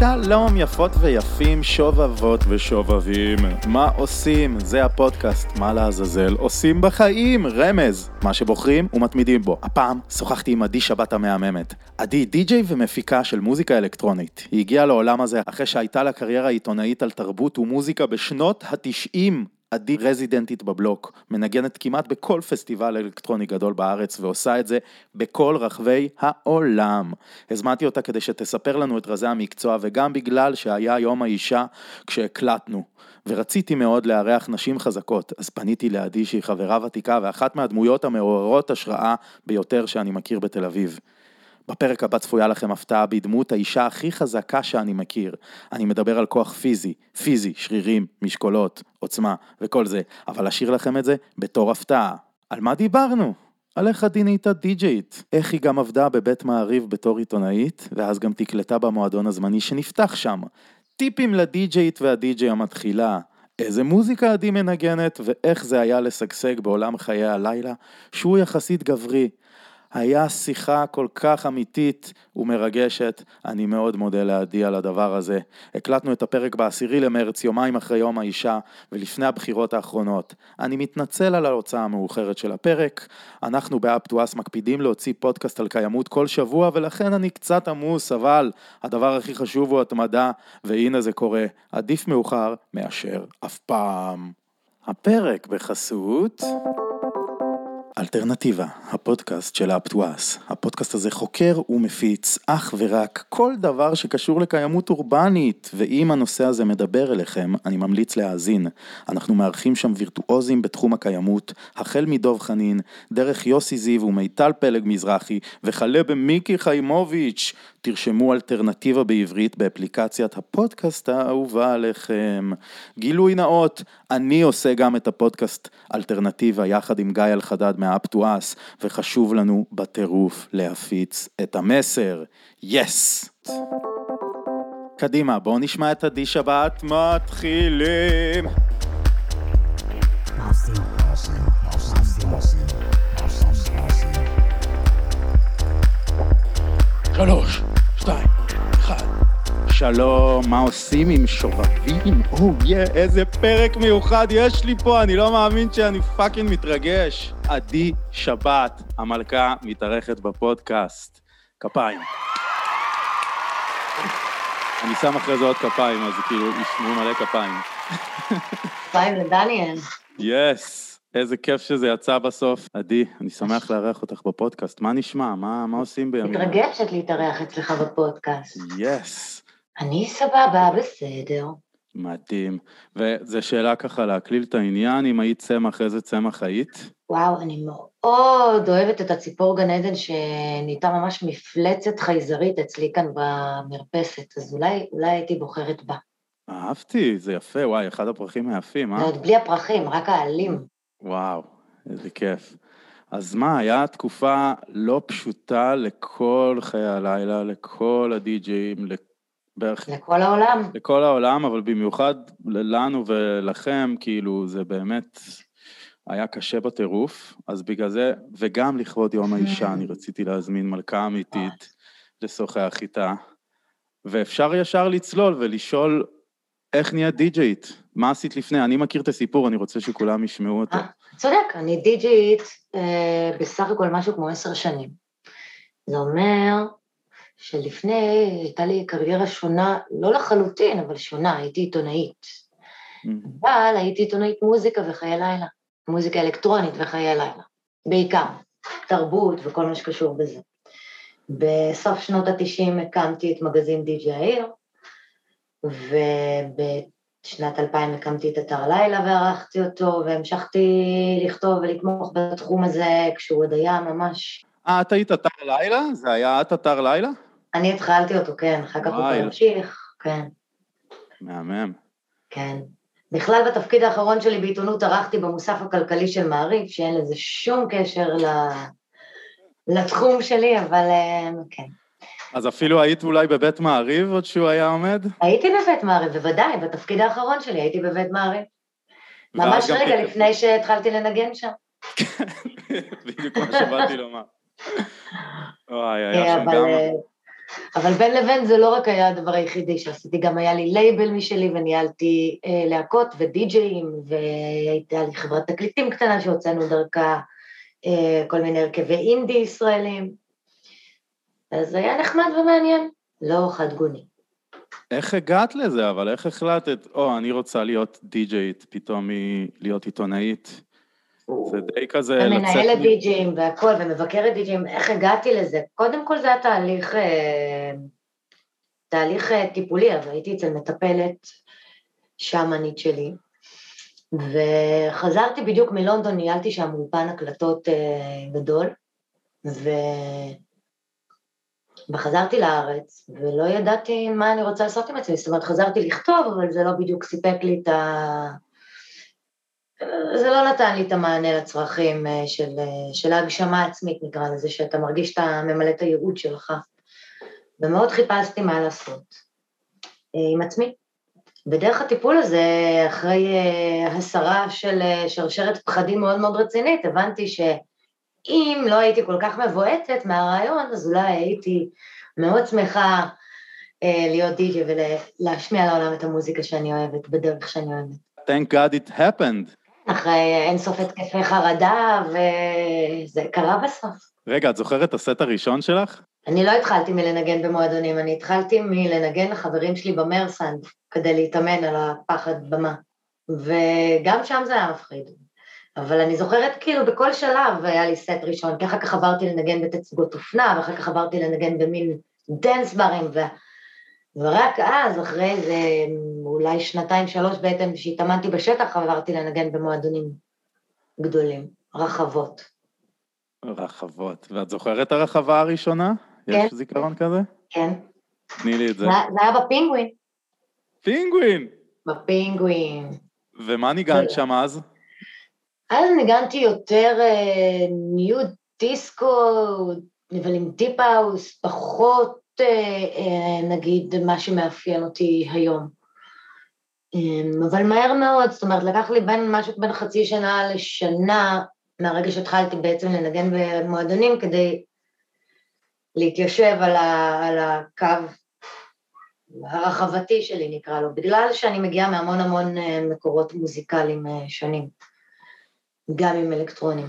שלום יפות ויפים, שובבות ושובבים, מה עושים? זה הפודקאסט, מה לעזאזל עושים בחיים? רמז, מה שבוחרים ומתמידים בו. הפעם שוחחתי עם עדי שבת המהממת. עדי די-ג'יי ומפיקה של מוזיקה אלקטרונית. היא הגיעה לעולם הזה אחרי שהייתה לה קריירה עיתונאית על תרבות ומוזיקה בשנות ה-90. עדי רזידנטית בבלוק, מנגנת כמעט בכל פסטיבל אלקטרוני גדול בארץ ועושה את זה בכל רחבי העולם. הזמנתי אותה כדי שתספר לנו את רזי המקצוע וגם בגלל שהיה יום האישה כשהקלטנו. ורציתי מאוד לארח נשים חזקות, אז פניתי לעדי שהיא חברה ותיקה ואחת מהדמויות המעוררות השראה ביותר שאני מכיר בתל אביב. בפרק הבא צפויה לכם הפתעה בדמות האישה הכי חזקה שאני מכיר. אני מדבר על כוח פיזי, שרירים, משקולות, עוצמה וכל זה, אבל אשאיר לכם את זה בתור הפתעה. על מה דיברנו? על איך עדי נהייתה די-ג'יית, איך היא גם עבדה בבית מעריב בתור עיתונאית, ואז גם תקלטה במועדון הזמני שנפתח שם. טיפים לדי-ג'יית והדי-ג'יי המתחילה. איזה מוזיקה עדי מנגנת ואיך זה היה לשגשג בעולם חיי הלילה, שהוא יחסית גברי. היה שיחה כל כך אמיתית ומרגשת, אני מאוד מודה לעדי על הדבר הזה. הקלטנו את הפרק ב10 למרץ, יומיים אחרי יום האישה, ולפני הבחירות האחרונות. אני מתנצל על ההוצאה המאוחרת של הפרק, אנחנו באפטואס מקפידים להוציא פודקאסט על קיימות כל שבוע, ולכן אני קצת עמוס, אבל הדבר הכי חשוב הוא התמדה, והנה זה קורה, עדיף מאוחר מאשר אף פעם. הפרק בחסות אלטרנטיבה, הפודקאסט של אפטואס. הפודקאסט הזה חוקר ומפיץ אך ורק כל דבר שקשור לקיימות אורבנית, ואם הנושא הזה מדבר אליכם, אני ממליץ להאזין. אנחנו מארחים שם וירטואוזים בתחום הקיימות, החל מדוב חנין, דרך יוסי זיו ומיטל פלג מזרחי, וחלה במיקי חיימוביץ'. תרשמו אלטרנטיבה בעברית באפליקציית הפודקאסט האהובה עליכם. גילוי נאות, אני עושה גם את הפודקאסט אלטרנטיבה יחד עם גיא אלחדד מהאפטואס, וחשוב לנו בטירוף להפיץ את המסר. יס! קדימה, בואו נשמע את עדי שבת, מתחילים! שלוש, שתיים, אחד. שלום, מה עושים עם שובבים? איזה פרק מיוחד יש לי פה, אני לא מאמין שאני פאקינג מתרגש. עדי שבת, המלכה מתארחת בפודקאסט. כפיים. אני שם אחרי זה עוד כפיים, אז כאילו ישמעו מלא כפיים. כפיים לדניאל. יס. איזה כיף שזה יצא בסוף. עדי, אני שמח לארח אותך בפודקאסט. מה נשמע? מה עושים בימים? מתרגשת להתארח אצלך בפודקאסט. יס. אני סבבה, בסדר. מדהים. וזו שאלה ככה להקליל את העניין, אם היית צמח, איזה צמח היית? וואו, אני מאוד אוהבת את הציפור גן עדן שנהייתה ממש מפלצת חייזרית אצלי כאן במרפסת, אז אולי הייתי בוחרת בה. אהבתי, זה יפה, וואי, אחד הפרחים היפים, זה עוד בלי הפרחים, רק העלים. וואו, איזה כיף. אז מה, היה תקופה לא פשוטה לכל חיי הלילה, לכל הדי-ג'יים, לכל העולם. לכל העולם, אבל במיוחד לנו ולכם, כאילו זה באמת היה קשה בטירוף, אז בגלל זה, וגם לכבוד יום האישה, אני רציתי להזמין מלכה אמיתית לשוחח איתה, ואפשר ישר לצלול ולשאול איך נהיה די-ג'יית, מה עשית לפני? אני מכיר את הסיפור, אני רוצה שכולם ישמעו אותו. צודק, אני די-ג'יית בסך הכל משהו כמו 10 שנים. זה אומר שלפני הייתה לי קריירה שונה, לא לחלוטין, אבל שונה, הייתי עיתונאית. אבל הייתי עיתונאית מוזיקה וחיי לילה, מוזיקה אלקטרונית וחיי לילה, בעיקר, תרבות וכל מה שקשור בזה. בסוף שנות ה-90 הקמתי את מגזין די-ג'יי העיר, ובשנת 2000 הקמתי את אתר לילה וערכתי אותו, והמשכתי לכתוב ולתמוך בתחום הזה כשהוא עוד היה ממש... את היית אתר לילה? זה היה את אתר לילה? אני התחלתי אותו, כן, אחר כך הוא המשיך, כן. מהמם. כן. בכלל בתפקיד האחרון שלי בעיתונות ערכתי במוסף הכלכלי של מעריב, שאין לזה שום קשר לתחום שלי, אבל כן. אז אפילו היית אולי בבית מעריב עוד שהוא היה עומד? הייתי בבית מעריב, בוודאי, בתפקיד האחרון שלי הייתי בבית מעריב. ממש רגע לפני שהתחלתי לנגן שם. בדיוק מה שבאתי לומר. וואי, היה שם גם... אבל בין לבין זה לא רק היה הדבר היחידי שעשיתי, גם היה לי לייבל משלי, וניהלתי להקות ודי-ג'אים, והייתה לי חברת תקליטים קטנה שהוצאנו דרכה כל מיני הרכבי אינדי ישראלים, אז זה היה נחמד ומעניין, לא חד גוני. איך הגעת לזה, אבל איך החלטת, אני רוצה להיות די-ג'אית, פתאום להיות עיתונאית? זה די כזה לצאת... ומנהלת די-ג'אים והכל, ומבקרת די-ג'אים, איך הגעתי לזה? קודם כל זה היה תהליך טיפולי, אז הייתי אצל מטפלת שמנית שלי, וחזרתי בדיוק מלונדון, ניהלתי שם אולפן הקלטות גדול, וחזרתי לארץ, ולא ידעתי מה אני רוצה לעשות עם עצמי, זאת אומרת, חזרתי לכתוב, אבל זה לא בדיוק סיפק לי זה לא נתן לי את המענה לצרכים של ההגשמה העצמית, נקרא לזה, שאתה מרגיש שאתה ממלא את הייעוד שלך, ומאוד חיפשתי מה לעשות עם עצמי. בדרך הטיפול הזה, אחרי הסרה של שרשרת פחדים מאוד מאוד רצינית, הבנתי שאם לא הייתי כל כך מבועטת מהרעיון, אז אולי הייתי מאוד שמחה להיות די-ג'י ולהשמיע לעולם את המוזיקה שאני אוהבת, בדרך שאני אוהבת. Thank God it happened. אחרי אינסוף התקפי חרדה, וזה קרה בסוף. רגע, את זוכרת את הסט הראשון שלך? אני לא התחלתי מלנגן במועדונים, אני התחלתי מלנגן לחברים שלי במרסנד, כדי להתאמן על הפחד במה, וגם שם זה היה מפחיד. אבל אני זוכרת כאילו בכל שלב היה לי סט ראשון, כי אחר כך עברתי לנגן בתצוגות אופנה, ואחר כך עברתי לנגן במין דנס ברים, ורק אז, אחרי איזה אולי 2-3 בעצם שהתאמנתי בשטח, עברתי לנגן במועדונים גדולים, רחבות. רחבות. ואת זוכרת הרחבה הראשונה? כן. יש זיכרון כזה? כן. תני לי את זה. זה היה בפינגווין. פינגווין! בפינגווין. ומה ניגנת שם אז? אז ניגנתי יותר ניו דיסקו, אבל עם טיפ-האוס, פחות נגיד מה שמאפיין אותי היום. אבל מהר מאוד, זאת אומרת, לקח לי משהו בין חצי שנה לשנה, מהרגע שהתחלתי בעצם לנגן במועדונים, כדי להתיישב על הקו הרחבתי שלי, נקרא לו, בגלל שאני מגיעה מהמון המון מקורות מוזיקליים שונים, גם עם אלקטרונים.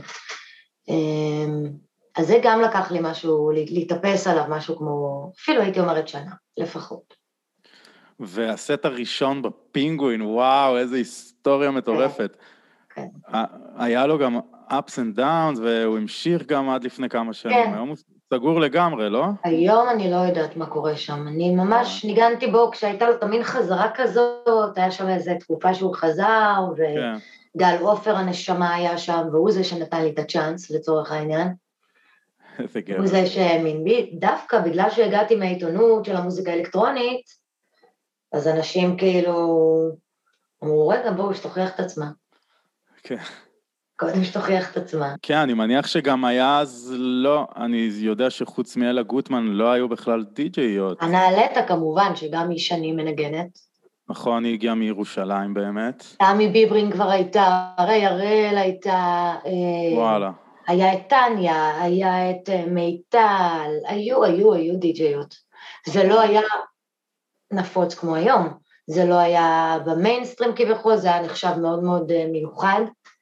אז זה גם לקח לי משהו, להתאפס עליו משהו כמו, אפילו הייתי אומרת שנה, לפחות. והסט הראשון בפינגווין, וואו, איזו היסטוריה מטורפת. כן. היה לו גם ups and downs, והוא המשיך גם עד לפני כמה שנים. כן. היום הוא סגור לגמרי, לא? היום אני לא יודעת מה קורה שם. אני ממש ניגנתי בו כשהייתה לו תמין חזרה כזאת, היה שם איזו תקופה שהוא חזר, וגל עופר הנשמה היה שם, והוא זה שנתן לי את הצ'אנס לצורך העניין. הוא זה שהאמין בי, דווקא בגלל שהגעתי מהעיתונות של המוזיקה האלקטרונית, אז אנשים כאילו אמרו, רגע, בואו, שתוכיח את עצמה. כן. קודם שתוכיח את עצמה. כן, אני מניח שגם היה אז לא, אני יודע שחוץ מאלה גוטמן לא היו בכלל די-ג'איות. הנעלתה כמובן, שגם היא שנים מנגנת. נכון, היא הגיעה מירושלים באמת. תמי ביברין כבר הייתה, הראל הייתה, וואלה. היה את טניה, היה את מיטל, היו די-ג'איות. זה לא היה נפוץ כמו היום, זה לא היה במיינסטרים כביכול, זה היה נחשב מאוד מאוד מיוחד,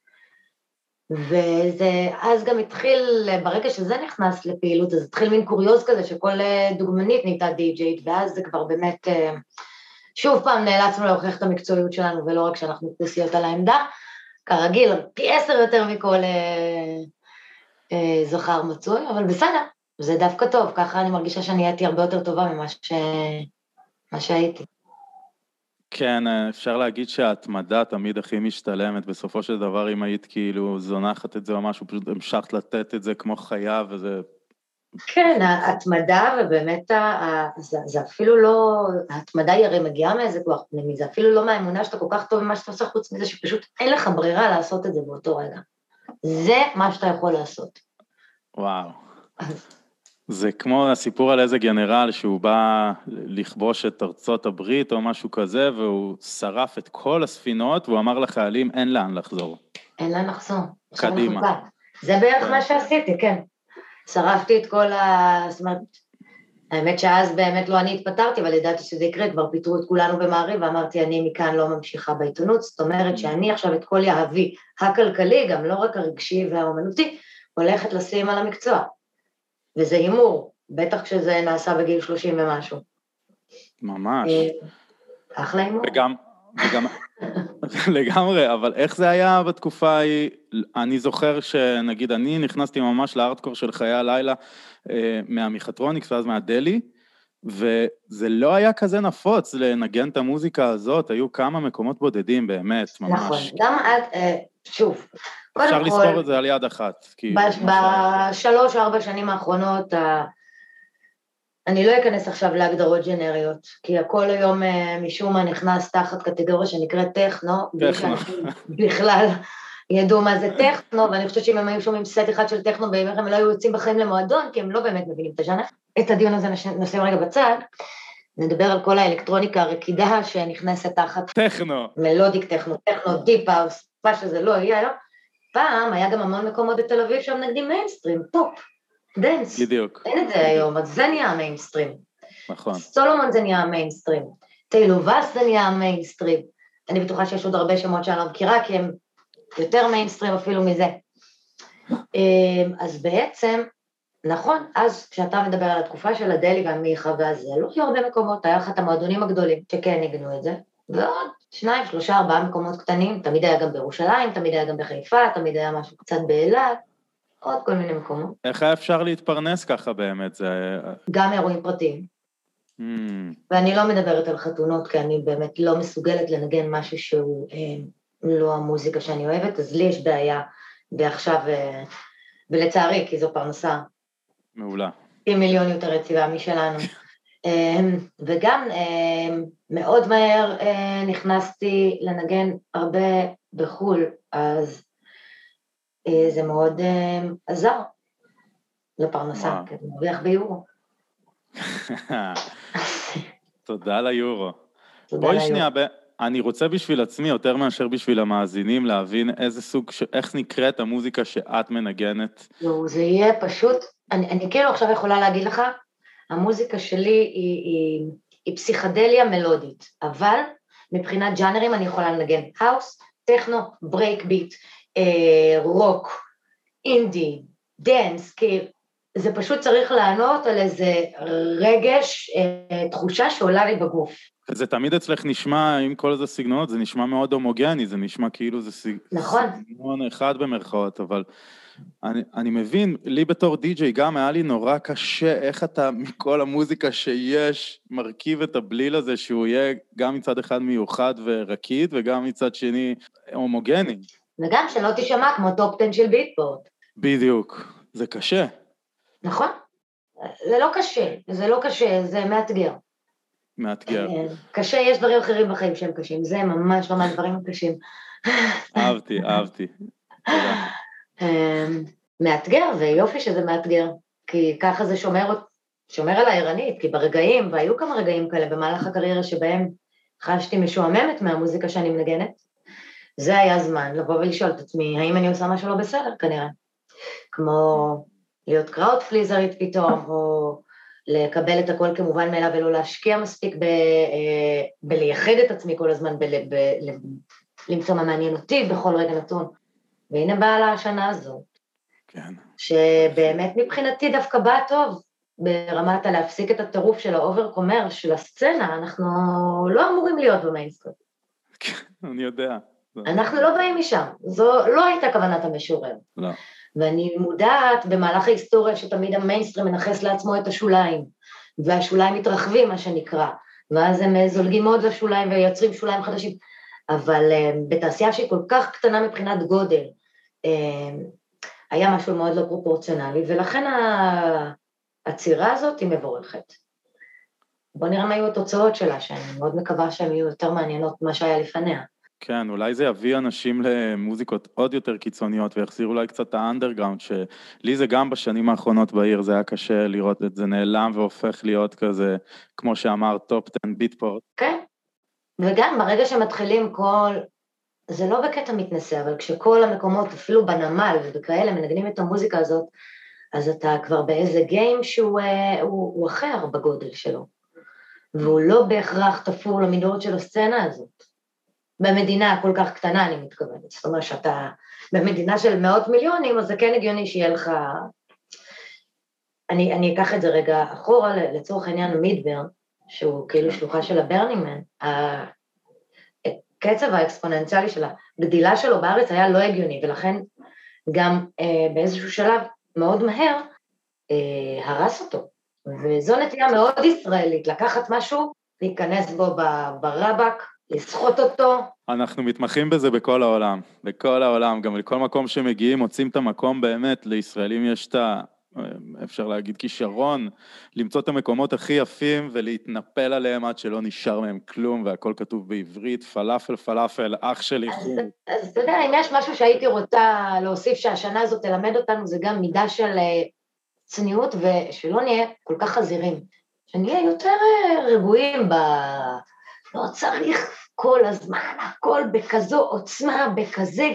ואז גם התחיל, ברגע שזה נכנס לפעילות, אז התחיל מין קוריוז כזה שכל דוגמנית נהייתה די-ג'יית, ואז זה כבר באמת, שוב פעם נאלצנו להוכיח את המקצועיות שלנו, ולא רק שאנחנו כוסיות על העמדה, כרגיל, פי 10 יותר מכל זכר מצוי, אבל בסדר, זה דווקא טוב, ככה אני מרגישה שאני הייתי הרבה יותר טובה ממה שהייתי. כן, אפשר להגיד שההתמדה תמיד הכי משתלמת, בסופו של דבר אם היית כאילו זונחת את זה או משהו, פשוט המשכת לתת את זה כמו חיה וזה... כן, ההתמדה ובאמת, זה אפילו לא, ההתמדה היא הרי מגיעה מאיזה כוח פנימי, זה אפילו לא מהאמונה שאתה כל כך טוב במה שאתה עושה חוץ מזה, שפשוט אין לך ברירה לעשות את זה באותו רגע. זה מה שאתה יכול לעשות. וואו. זה כמו הסיפור על איזה גנרל שהוא בא לכבוש את ארצות הברית או משהו כזה, והוא שרף את כל הספינות, והוא אמר לחיילים, אין לאן לחזור. אין לאן לחזור. קדימה. זה בערך מה שעשיתי, כן. שרפתי את כל זאת אומרת, האמת שאז באמת לא אני התפטרתי, אבל ידעתי שזה יקרה, כבר פיטרו את כולנו במעריב, ואמרתי, אני מכאן לא ממשיכה בעיתונות, זאת אומרת שאני עכשיו את כל יהבי הכלכלי, גם לא רק הרגשי והאומנותי, הולכת לשים על המקצוע. וזה הימור, בטח כשזה נעשה בגיל 30 ומשהו. ממש. אחלה הימור. וגם, לגמרי, אבל איך זה היה בתקופה ההיא? אני זוכר שנגיד אני נכנסתי ממש לארטקור של חיי הלילה מהמיכטרוניקס ואז מהדלי, וזה לא היה כזה נפוץ לנגן את המוזיקה הזאת, היו כמה מקומות בודדים באמת, ממש. נכון, גם עד, שוב, אפשר לספור את זה על יד אחת. בשלוש או 4 שנים האחרונות, אני לא אכנס עכשיו להגדרות ג'נריות, כי הכל היום משום מה נכנס תחת קטגוריה שנקראת טכנו, בלי שאנשים בכלל ידעו מה זה טכנו, ואני חושבת שאם הם היו שומעים סט אחד של טכנו, הם לא היו יוצאים בחיים למועדון, כי הם לא באמת מבינים את הז'אנר. את הדיון הזה נשים רגע בצד, נדבר על כל האלקטרוניקה הרקידה שנכנסת תחת טכנו. מלודיק טכנו, טכנו, דיפ האוס, מה שזה לא יהיה היום. פעם היה גם המון מקומות בתל אביב שם נגדים מיינסטרים, פופ. דנס, בדיוק. אין את זה היום, אז זה נהיה המיינסטרים. נכון. סולומון זה נהיה המיינסטרים, טיילובס זה נהיה המיינסטרים. אני בטוחה שיש עוד הרבה שמות שאני לא מכירה, כי הם יותר מיינסטרים אפילו מזה. אז בעצם, נכון, אז כשאתה מדבר על התקופה של הדלי והמיכה והזה, לא היו הרבה מקומות, היה לך את המועדונים הגדולים שכן ניגנו את זה, ועוד 2, 3, 4 מקומות קטנים, תמיד היה גם בירושלים, תמיד היה גם בחיפה, תמיד היה משהו קצת באילת, עוד כל מיני מקומות. איך היה אפשר להתפרנס ככה באמת? זה... גם אירועים פרטיים. ואני לא מדברת על חתונות, כי אני באמת לא מסוגלת לנגן משהו שהוא לא המוזיקה שאני אוהבת, אז לי יש בעיה ועכשיו, ולצערי, כי זו פרנסה. מעולה. עם מיליון יותר יציבה משלנו. וגם מאוד מהר נכנסתי לנגן הרבה בחול, אז זה מאוד עזר לפרנסה, כי זה מרוויח ביורו. תודה ליורו. בואי שנייה, אני רוצה בשביל עצמי, יותר מאשר בשביל המאזינים, להבין איזה סוג, איך נקראת המוזיקה שאת מנגנת. זה יהיה פשוט, אני כאילו עכשיו יכולה להגיד לך, המוזיקה שלי היא פסיכדליה מלודית, אבל מבחינת ג'אנרים אני יכולה לנגן האוס, טכנו, ברייק ביט, רוק, אינדי, דנס, כי זה פשוט צריך לענות על איזה רגש, תחושה שעולה לי בגוף. זה תמיד אצלך נשמע, עם כל איזה סגנונות, זה נשמע מאוד הומוגני, זה נשמע כאילו זה סגנון אחד במרכאות, אבל אני מבין, לי בתור די-ג'יי גם היה לי נורא קשה, איך אתה מכל המוזיקה שיש, מרכיב את הבליל הזה, שהוא יהיה גם מצד אחד מיוחד ורקיד, וגם מצד שני הומוגני. וגם שלא תשמע כמו טופ 10 של ביטפורט. בדיוק, זה קשה. נכון, זה לא קשה, זה מאתגר. מאתגר. קשה, יש דברים אחרים בחיים שהם קשים, זה ממש לא מהדברים הקשים. אהבתי. תודה. מאתגר, ויופי שזה מאתגר, כי ככה זה שומר על הערנית, כי ברגעים, והיו כמה רגעים כאלה במהלך הקריירה שבהם חשתי משועממת מהמוזיקה שאני מנגנת, זה היה זמן לבוא ולשאול את עצמי, האם אני עושה משהו לא בסדר כנראה, כמו להיות קראוט פליזרית פתאום, או לקבל את הכל כמובן מאליו ולא להשקיע מספיק בלייחד את עצמי כל הזמן, למצוא מה מעניין אותי בכל רגע נתון. והנה באה לה השנה הזאת, כן. שבאמת מבחינתי דווקא באה טוב, ברמת להפסיק את הטירוף של האובר קומר של הסצנה, אנחנו לא אמורים להיות במיינסטרים. כן, אני יודע. אנחנו לא באים משם, זו לא הייתה כוונת המשורר. לא. ואני מודעת במהלך ההיסטוריה שתמיד המיינסטרים מנחס לעצמו את השוליים, והשוליים מתרחבים מה שנקרא, ואז הם זולגים עוד לשוליים ויוצרים שוליים חדשים, אבל בתעשייה שהיא כל כך קטנה מבחינת גודל, היה משהו מאוד לא פרופורציונלי, ולכן הצירה הזאת היא מבורכת. בוא נראה מה היו התוצאות שלה, שאני מאוד מקווה שהן יהיו יותר מעניינות מה שהיה לפניה. כן, אולי זה יביא אנשים למוזיקות עוד יותר קיצוניות, ויחזיר אולי קצת האנדרגראונד, שלי זה גם בשנים האחרונות בעיר, זה היה קשה לראות את זה נעלם, והופך להיות כזה, כמו שאמר, טופ 10 ביטפורט. כן, וגם ברגע שמתחילים זה לא בקטע מתנסה, אבל כשכל המקומות, אפילו בנמל ובכאלה, מנגנים את המוזיקה הזאת, אז אתה כבר באיזה גיים שהוא אחר בגודל שלו, והוא לא בהכרח תפור למידות של הסצנה הזאת. במדינה כל כך קטנה אני מתכוונת, זאת אומרת שאתה במדינה של מאות מיליונים, אז זה כן הגיוני שיהיה לך, אני אקח את זה רגע אחורה, לצורך העניין מידברן, שהוא כאילו שלוחה של הברנימן, הקצב האקספוננציאלי של הגדילה שלו בארץ היה לא הגיוני, ולכן גם באיזשהו שלב מאוד מהר הרס אותו, וזו נטייה מאוד ישראלית, לקחת משהו, להיכנס בו ברבק, לסחוט אותו. אנחנו מתמחים בזה בכל העולם, בכל העולם, גם לכל מקום שמגיעים, מוצאים את המקום באמת, לישראלים יש את אפשר להגיד כישרון, למצוא את המקומות הכי יפים ולהתנפל עליהם עד שלא נשאר מהם כלום, והכל כתוב בעברית, פלאפל, פלאפל, אח שלי חום. אז אתה יודע, אם יש משהו שהייתי רוצה להוסיף שהשנה הזאת תלמד אותנו, זה גם מידה של צניעות, ושלא נהיה כל כך חזירים, שנהיה יותר רגועים לא צריך כל הזמן, הכל בכזו עוצמה, בכזה.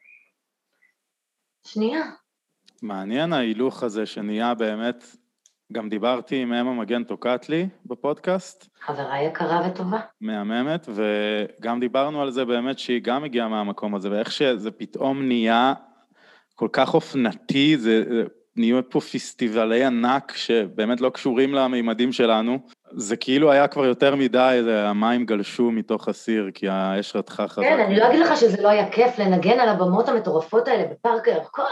שנייה. מעניין ההילוך הזה שנהיה באמת, גם דיברתי עם אמה מגן טוקטלי בפודקאסט. חברה יקרה וטובה. מהממת, וגם דיברנו על זה באמת שהיא גם הגיעה מהמקום הזה, ואיך שזה פתאום נהיה כל כך אופנתי, זה נהיו פה פסטיבלי ענק שבאמת לא קשורים למימדים שלנו, זה כאילו היה כבר יותר מדי, המים גלשו מתוך הסיר, כי האש רתחה חזק. כן, אני לא אגיד לך שזה לא היה כיף לנגן על הבמות המטורפות האלה בפארק הירקון,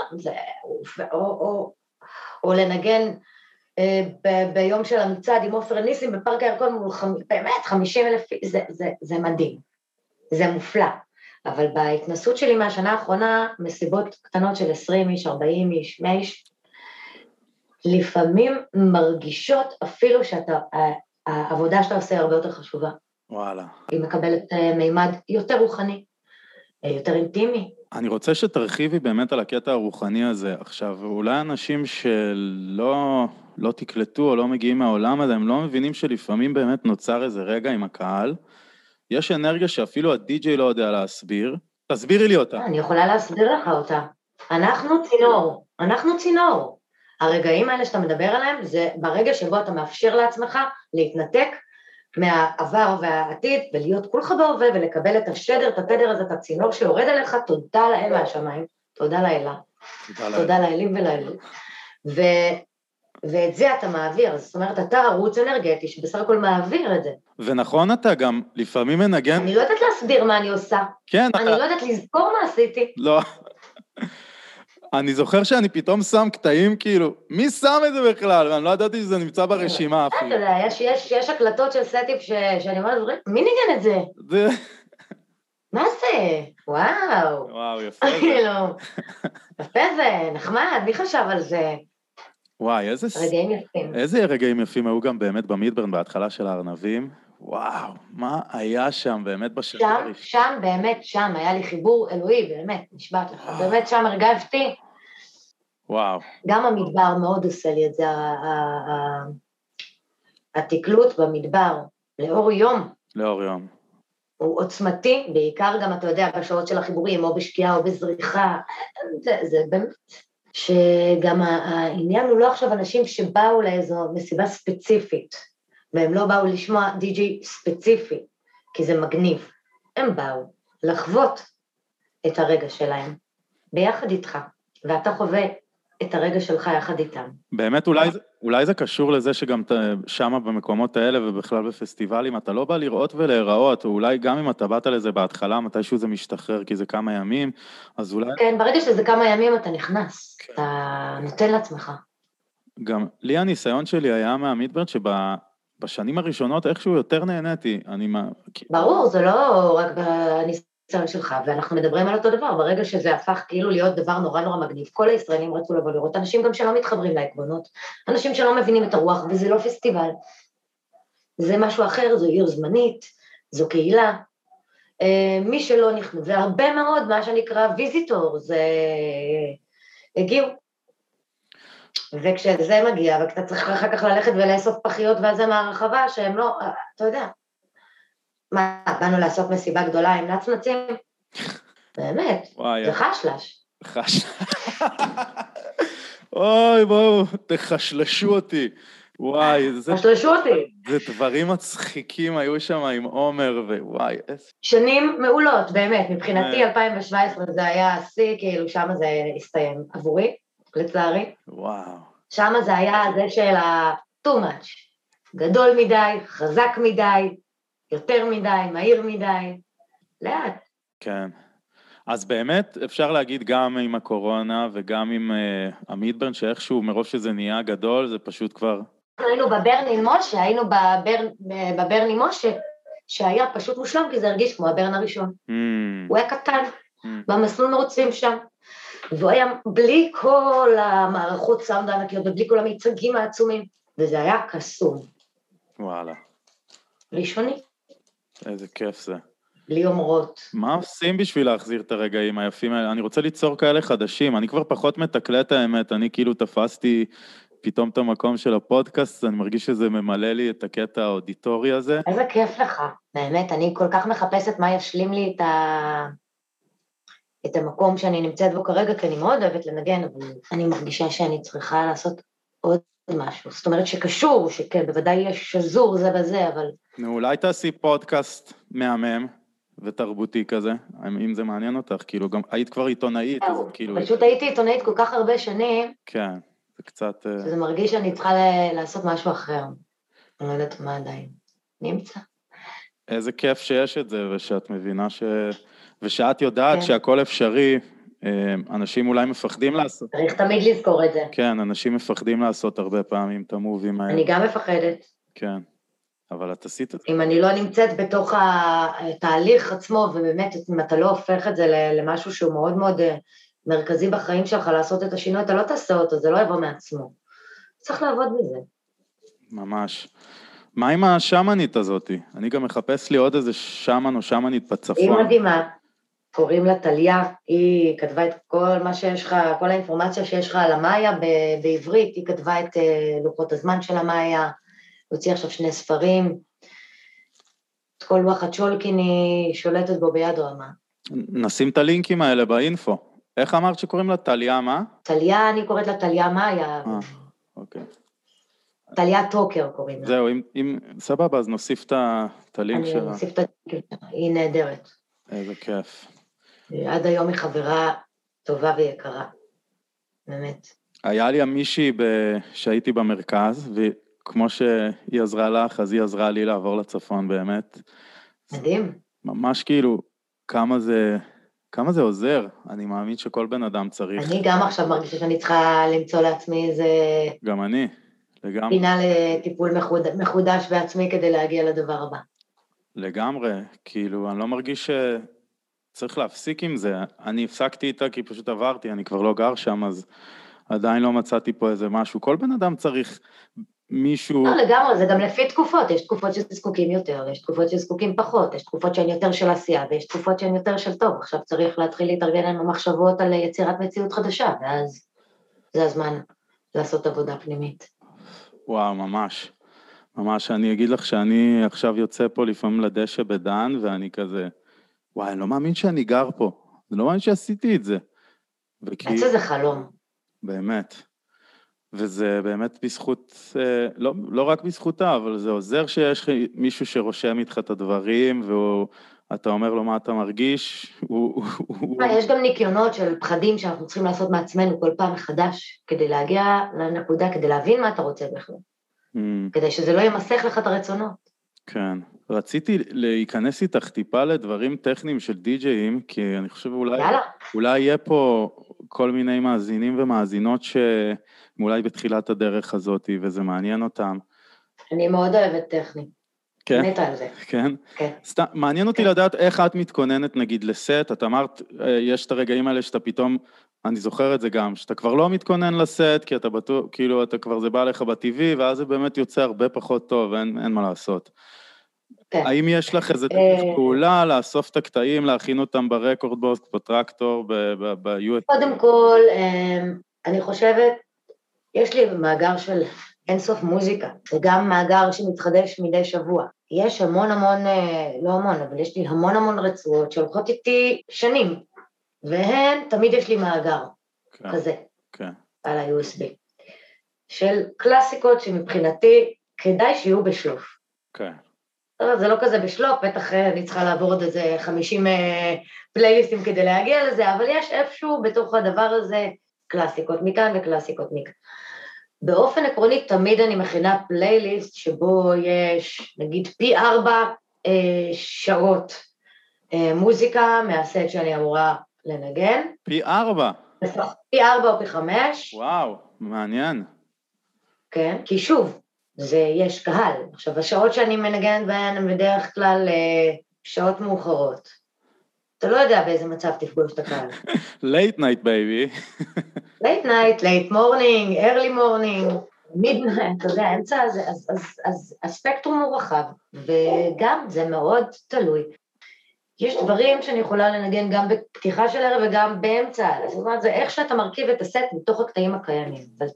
או לנגן ביום של המצעד עם עופר ניסים בפארק הירקון מול באמת 50,000, זה מדהים, זה מופלא. אבל בהתנסות שלי מהשנה האחרונה, מסיבות קטנות של 20 איש, 40 איש, 100 איש, לפעמים מרגישות אפילו העבודה שאתה עושה הרבה יותר חשובה. וואלה. היא מקבלת מימד יותר רוחני, יותר אינטימי. אני רוצה שתרחיבי באמת על הקטע הרוחני הזה. עכשיו, אולי אנשים שלא תקלטו או לא מגיעים מהעולם הזה, הם לא מבינים שלפעמים באמת נוצר איזה רגע עם הקהל. יש אנרגיה שאפילו הדי-ג'יי לא יודע להסביר. תסבירי לי אותה. אני יכולה להסביר לך אותה. אנחנו צינור. הרגעים האלה שאתה מדבר עליהם, זה ברגע שבו אתה מאפשר לעצמך להתנתק מהעבר והעתיד, ולהיות כולך בהווה, ולקבל את השדר, את התדר הזה, את הצינור שיורד עליך, תודה לאל מהשמיים, תודה לאלה, תודה לאלים ולאלים, ואת זה אתה מעביר, זאת אומרת, אתה ערוץ אנרגטי, שבסך הכל מעביר את זה. ונכון, אתה גם לפעמים מנגן... אני לא יודעת להסביר מה אני עושה, כן, אני לא יודעת לזכור מה עשיתי. לא... אני זוכר שאני פתאום שם קטעים, כאילו, מי שם את זה בכלל? ואני לא ידעתי שזה נמצא ברשימה אפילו. אתה יודע, יש הקלטות של סטים שאני אומרת, מי ניגן את זה? מה זה? וואו. וואו, יפה זה. יפה זה, נחמד, מי חשב על זה? וואי, רגעים יפים. איזה רגעים יפים היו גם באמת במידברן, בהתחלה של הארנבים. וואו, מה היה שם באמת בשטח? שם, באמת שם, היה לי חיבור אלוהי, באמת, נשבעת לך, באמת שם הרגשתי. וואו. גם המדבר מאוד עושה לי את זה, התקלות במדבר, לאור יום. לאור יום. הוא עוצמתי, בעיקר גם, אתה יודע, בשעות של החיבורים, או בשקיעה או בזריחה, זה באמת, שגם העניין הוא לא עכשיו אנשים שבאו לאיזו מסיבה ספציפית, והם לא באו לשמוע די-ג'יי ספציפי, כי זה מגניב. הם באו לחוות את הרגע שלהם, ביחד איתך, ואתה חווה את הרגע שלך יחד איתם. באמת, אולי זה קשור לזה שגם שמה במקומות האלה, ובכלל בפסטיבלים, אתה לא בא לראות ולהיראות, או אולי גם אם אתה באת לזה בהתחלה, מתישהו זה משתחרר, כי זה כמה ימים, אז אולי... כן, ברגע שזה כמה ימים אתה נכנס, כן. אתה נותן לעצמך. גם לי הניסיון שלי היה מהמידברן בשנים הראשונות איכשהו יותר נהניתי, ברור, זה לא רק בניסיון שלך, ואנחנו מדברים על אותו דבר, ברגע שזה הפך כאילו להיות דבר נורא נורא מגניב, כל הישראלים רצו לבוא לראות, אנשים גם שלא מתחברים לעקרונות, אנשים שלא מבינים את הרוח, וזה לא פסטיבל, זה משהו אחר, זו עיר זמנית, זו קהילה, מי שלא נכנס, והרבה מאוד מה שנקרא ויזיטור, זה הגיעו, וכשזה מגיע, ואתה צריך אחר כך ללכת ולאסוף פחיות וזה מהרחבה, שהם לא, אתה יודע, מה, באנו לעשות מסיבה גדולה עם נצנצים? באמת, זה חשלש. אוי, בואו, תחשלשו אותי. וואי, השלשו אותי. זה דברים מצחיקים היו שם עם עומר, ווואי, איזה... שנים מעולות, באמת, מבחינתי 2017 זה היה השיא, כאילו שם זה הסתיים עבורי, לצערי. וואו. שם זה היה זה של ה-too much, גדול מדי, חזק מדי, יותר מדי, מהיר מדי, לאט. כן. אז באמת אפשר להגיד גם עם הקורונה וגם עם המידברן, שאיכשהו מרוב שזה נהיה גדול, זה פשוט כבר... היינו בברני משה, שהיה פשוט מושלם, כי זה הרגיש כמו הברן הראשון. הוא היה קטן, במסלול מרוצים שם, והוא היה בלי כל המערכות סאונד הענקיות, ובלי כל המיצגים העצומים, וזה היה קסום. וואלה. ראשוני. איזה כיף זה. בלי אומרות. מה עושים בשביל להחזיר את הרגעים היפים האלה? אני רוצה ליצור כאלה חדשים, אני כבר פחות מתקלט האמת, אני כאילו תפסתי פתאום את המקום של הפודקאסט, אני מרגיש שזה ממלא לי את הקטע האודיטורי הזה. איזה כיף לך, באמת, אני כל כך מחפשת מה ישלים לי את המקום שאני נמצאת בו כרגע, כי אני מאוד אוהבת לנגן, אבל אני מרגישה שאני צריכה לעשות עוד משהו, זאת אומרת שקשור, שכן, בוודאי יש שזור זה בזה, אבל... נו, אולי תעשי פודקאסט מהמם ותרבותי כזה, אם זה מעניין אותך, כאילו, גם היית כבר עיתונאית, אז כאילו... פשוט הייתי עיתונאית כל כך הרבה שנים, כן, זה קצת... שזה מרגיש שאני צריכה לעשות משהו אחר, אני לא יודעת מה עדיין, נמצא. איזה כיף שיש את זה, ושאת מבינה ושאת יודעת שהכל אפשרי, אנשים אולי מפחדים לעשות. צריך תמיד לזכור את זה. כן, אנשים מפחדים לעשות הרבה פעמים את המובים האלה. אני גם מפחדת. כן, אבל את עשית את זה. אם אני לא נמצאת בתוך התהליך עצמו, ובאמת, אם אתה לא הופך את זה למשהו שהוא מאוד מאוד מרכזי בחיים שלך, לעשות את השינוי, אתה לא תעשה אותו, זה לא יבוא מעצמו. צריך לעבוד בזה. ממש. מה עם השמנית הזאת? אני גם מחפש לי עוד איזה שמן או שמנית בצפון. היא מדהימה. קוראים לה טליה, היא כתבה את כל מה שיש לך, כל האינפורמציה שיש לך על המאיה בעברית, היא כתבה את לוחות הזמן של המאיה, הוציאה עכשיו 2 ספרים, את כל לוח הצ'ולקין היא שולטת בו ביד רמה. נשים את הלינקים האלה באינפו. איך אמרת שקוראים לה טליה מה? טליה, אני קוראת לה טליה מאיה. אוקיי. טליה טוקר קוראים לה. זהו, אם סבבה, אז נוסיף את הלינק שלה. אני נוסיף את הלינק שלה, היא נהדרת. איזה כיף. עד היום היא חברה טובה ויקרה, באמת. היה לי מישהי שהייתי במרכז, וכמו שהיא עזרה לך, אז היא עזרה לי לעבור לצפון באמת. מדהים. ממש כאילו, כמה זה עוזר, אני מאמין שכל בן אדם צריך. אני גם עכשיו מרגישה שאני צריכה למצוא לעצמי איזה... גם אני, לגמרי. פינה לטיפול מחודש בעצמי כדי להגיע לדבר הבא. לגמרי, כאילו, אני לא מרגיש שצריך להפסיק עם זה. אני הפסקתי איתה כי פשוט עברתי, אני כבר לא גר שם, אז עדיין לא מצאתי פה איזה משהו. כל בן אדם צריך מישהו... לא, לגמרי, זה גם לפי תקופות. יש תקופות שזקוקים יותר, יש תקופות שזקוקים פחות, יש תקופות שהן יותר של עשייה, ויש תקופות שהן יותר של טוב. עכשיו צריך להתחיל להתארגן לנו מחשבות על יצירת מציאות חדשה, ואז זה הזמן לעשות עבודה פנימית. וואו, ממש. ממש, אני אגיד לך שאני עכשיו יוצא פה לפעמים לדשא בדן, ואני כזה, וואי, אני לא מאמין שאני גר פה. אני לא מאמין שעשיתי את זה. בעצם זה חלום. באמת. וזה באמת בזכות, לא רק בזכותה, אבל זה עוזר שיש מישהו שרושם איתך את הדברים, ואתה אומר לו מה אתה מרגיש. יש גם ניקיונות של פחדים שאנחנו צריכים לעשות מעצמנו כל פעם מחדש, כדי להגיע לנקודה, כדי להבין מה אתה רוצה בכלל. כדי שזה לא ימסך לך את הרצונות. כן. רציתי להיכנס איתך טיפה לדברים טכניים של די-ג'אים, כי אני חושב אולי יהיה פה כל מיני מאזינים ומאזינות שאולי בתחילת הדרך הזאת, וזה מעניין אותם. אני מאוד אוהבת טכני. כן? נטע על זה. כן? כן. מעניין אותי לדעת איך את מתכוננת נגיד לסט, את אמרת, יש את הרגעים האלה שאתה פתאום, אני זוכר את זה גם, שאתה כבר לא מתכונן לסט, כי אתה בטוח, כאילו אתה כבר זה בא לך בטבעי, ואז זה באמת יוצא הרבה פחות טוב, אין מה לעשות. כן. האם יש לך איזה פעולה לאסוף את הקטעים, להכין אותם ברקורדבוס, בטרקטור, ב-USB? קודם כל, אני חושבת, יש לי מאגר של אינסוף מוזיקה, וגם מאגר שמתחדש מדי שבוע. יש המון, לא המון, אבל יש לי המון רצועות שהולכות איתי שנים, והן, תמיד יש לי מאגר כזה. כן. על ה-USB, של קלאסיקות שמבחינתי כדאי שיהיו בשלוף. כן. זה לא כזה בשלוף, בטח אני צריכה לעבור עוד איזה 50 פלייליסטים כדי להגיע לזה, אבל יש איפשהו בתוך הדבר הזה קלאסיקות מכאן וקלאסיקות מכאן. באופן עקרוני, תמיד אני מכינה פלייליסט שבו יש, נגיד, פי 4 שעות מוזיקה מהסט שאני אמורה לנגן. פי 4? פי 4 או פי 5. וואו, מעניין. כן, כי שוב, יש קהל. עכשיו, השעות שאני מנגנת בהן הן בדרך כלל שעות מאוחרות. אתה לא יודע באיזה מצב תפגוש את הקהל. late night, baby. late night, late morning, early morning, midnight, אתה יודע, האמצע הזה, אז הספקטרום הוא רחב, וגם זה מאוד תלוי. יש דברים שאני יכולה לנגן גם בפתיחה של ערב וגם באמצע, זאת אומרת, זה איך שאתה מרכיב את הסט מתוך הקטעים הקיימים, אבל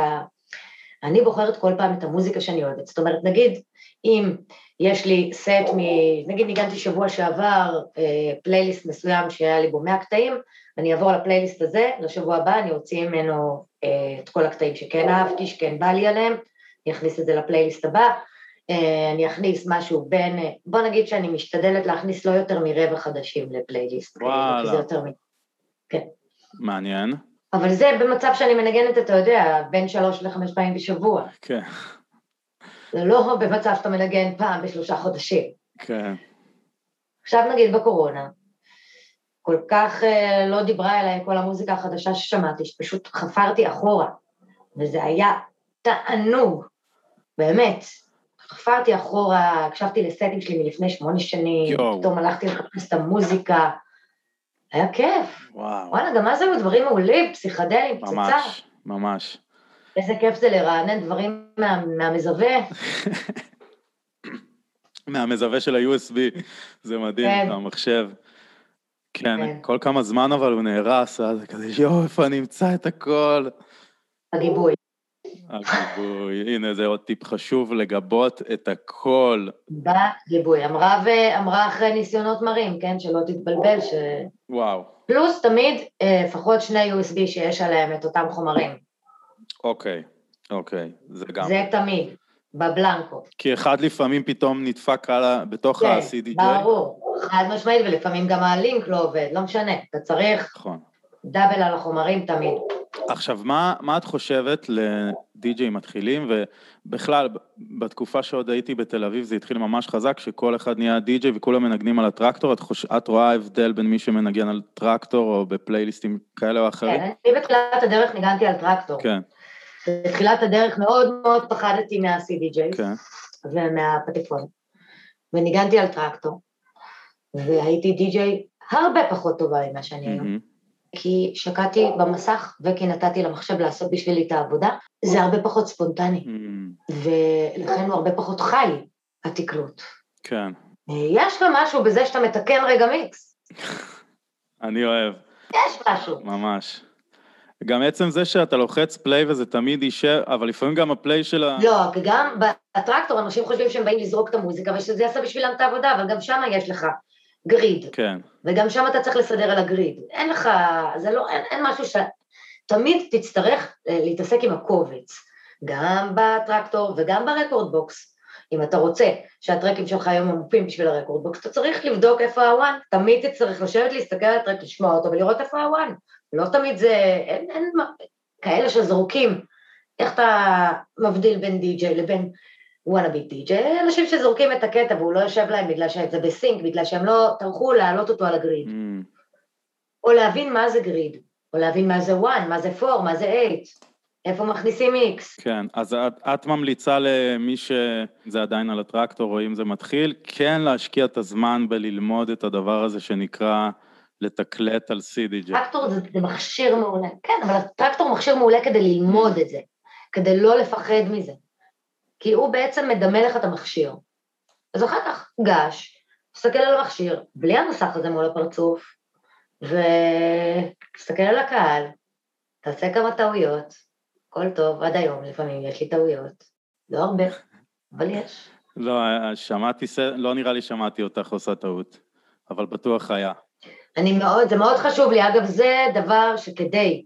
אני בוחרת כל פעם את המוזיקה שאני אוהבת, זאת אומרת, נגיד, אם יש לי סט נגיד ניגנתי שבוע שעבר פלייליסט מסוים שהיה לי בו 100 קטעים, אני אעבור לפלייליסט הזה, לשבוע הבא אני אוציא ממנו את כל הקטעים שכן אהבתי, שכן בא לי עליהם, אני אכניס את זה לפלייליסט הבא, אני אכניס משהו בין, בוא נגיד שאני משתדלת להכניס לא יותר מרבע חדשים לפלייליסט. וואלה. זה יותר כן. מעניין. אבל זה במצב שאני מנגנת, אתה יודע, בין 3 ל-5 פעמים בשבוע. כן. זה לא במצב שאתה מנגן פעם ב3 חודשים. כן. עכשיו נגיד בקורונה, כל כך לא דיברה אליי כל המוזיקה החדשה ששמעתי, שפשוט חפרתי אחורה, וזה היה תענוג, באמת. חפרתי אחורה, הקשבתי לסטים שלי מלפני 8 שנים, פתאום הלכתי לחפש את המוזיקה, היה כיף. וואו. וואלה, גם אז היו דברים מעולים, פסיכדלים, פצצה. ממש, ממש. איזה כיף זה לרענן דברים מהמזווה. מהמזווה של ה-USB, זה מדהים, כן. המחשב. כן, כל כמה זמן אבל הוא נהרס, אז כזה, איפה אני אמצא את הכל? הגיבוי. הגיבוי, הנה זה עוד טיפ חשוב, לגבות את הכל. בגיבוי, אמרה אחרי ניסיונות מרים, כן, שלא תתבלבל, וואו. פלוס תמיד לפחות 2 USB שיש עליהם את אותם חומרים. אוקיי, זה גם. זה תמיד, בבלנקו. כי אחד לפעמים פתאום נדפק בתוך ה-CDJ. כן, ברור, חד משמעית, ולפעמים גם הלינק לא עובד, לא משנה, אתה צריך דאבל על החומרים תמיד. עכשיו, מה את חושבת לדי-ג'יי מתחילים, ובכלל, בתקופה שעוד הייתי בתל אביב, זה התחיל ממש חזק, שכל אחד נהיה די-ג'יי וכולם מנגנים על הטרקטור, את רואה הבדל בין מי שמנגן על טרקטור, או בפלייליסטים כאלה או אחרים? כן, אני בתחילת הדרך ניגנתי על טרקטור. כן. בתחילת הדרך מאוד מאוד פחדתי מה-CDJ, ומהפטיפון, וניגנתי על טרקטור, והייתי די-ג'יי הרבה פחות טובה ממה שאני היום. כי שקעתי במסך וכי נתתי למחשב לעשות בשבילי את העבודה, זה הרבה פחות ספונטני, ולכן הוא הרבה פחות חי, התקלות. כן. יש גם משהו בזה שאתה מתקן רגע מיקס. אני אוהב. יש משהו. ממש. גם עצם זה שאתה לוחץ פליי וזה תמיד יישאר, אבל לפעמים גם הפליי של ה... לא, כי גם בטרקטור אנשים חושבים שהם באים לזרוק את המוזיקה, ושזה יעשה בשבילם את העבודה, אבל גם שם יש לך גריד. כן. וגם שם אתה צריך לסדר על הגריד. אין לך, זה לא, אין משהו תמיד תצטרך להתעסק עם הקובץ, גם בטרקטור וגם ברקורד בוקס. אם אתה רוצה שהטרקים שלך היום ממופים בשביל הרקורד בוקס, אתה צריך לבדוק איפה הוואן, תמיד תצטרך לשבת להסתכל על הטרק, לשמוע אותו ולראות איפה הוואן. לא תמיד זה, אין כאלה שזרוקים. איך אתה מבדיל בין די-ג'יי לבין וואנאבי די-ג'יי? אנשים שזרוקים את הקטע והוא לא יושב להם בגלל שזה בסינק, בגלל שהם לא טרחו להעלות אותו על הגריד. או להבין מה זה גריד, או להבין מה זה וואן, מה זה פור, מה זה אייט, איפה מכניסים איקס. כן, אז את ממליצה למי שזה עדיין על הטרקטור, או אם זה מתחיל, כן להשקיע את הזמן בללמוד את הדבר הזה שנקרא לתקלט על CDJ. טרקטור זה מכשיר מעולה, כן, אבל הטרקטור מכשיר מעולה כדי ללמוד את זה, כדי לא לפחד מזה, כי הוא בעצם מדמה לך את המכשיר. אז אחר כך גש, תסתכל על המכשיר, בלי המסך הזה מול הפרצוף, ותסתכל על הקהל, תעשה כמה טעויות, כל טוב, עד היום לפעמים יש לי טעויות, לא הרבה, אבל יש. לא, לא נראה לי שמעתי אותך עושה טעות, אבל בטוח היה. זה מאוד חשוב לי, אגב זה דבר שכדי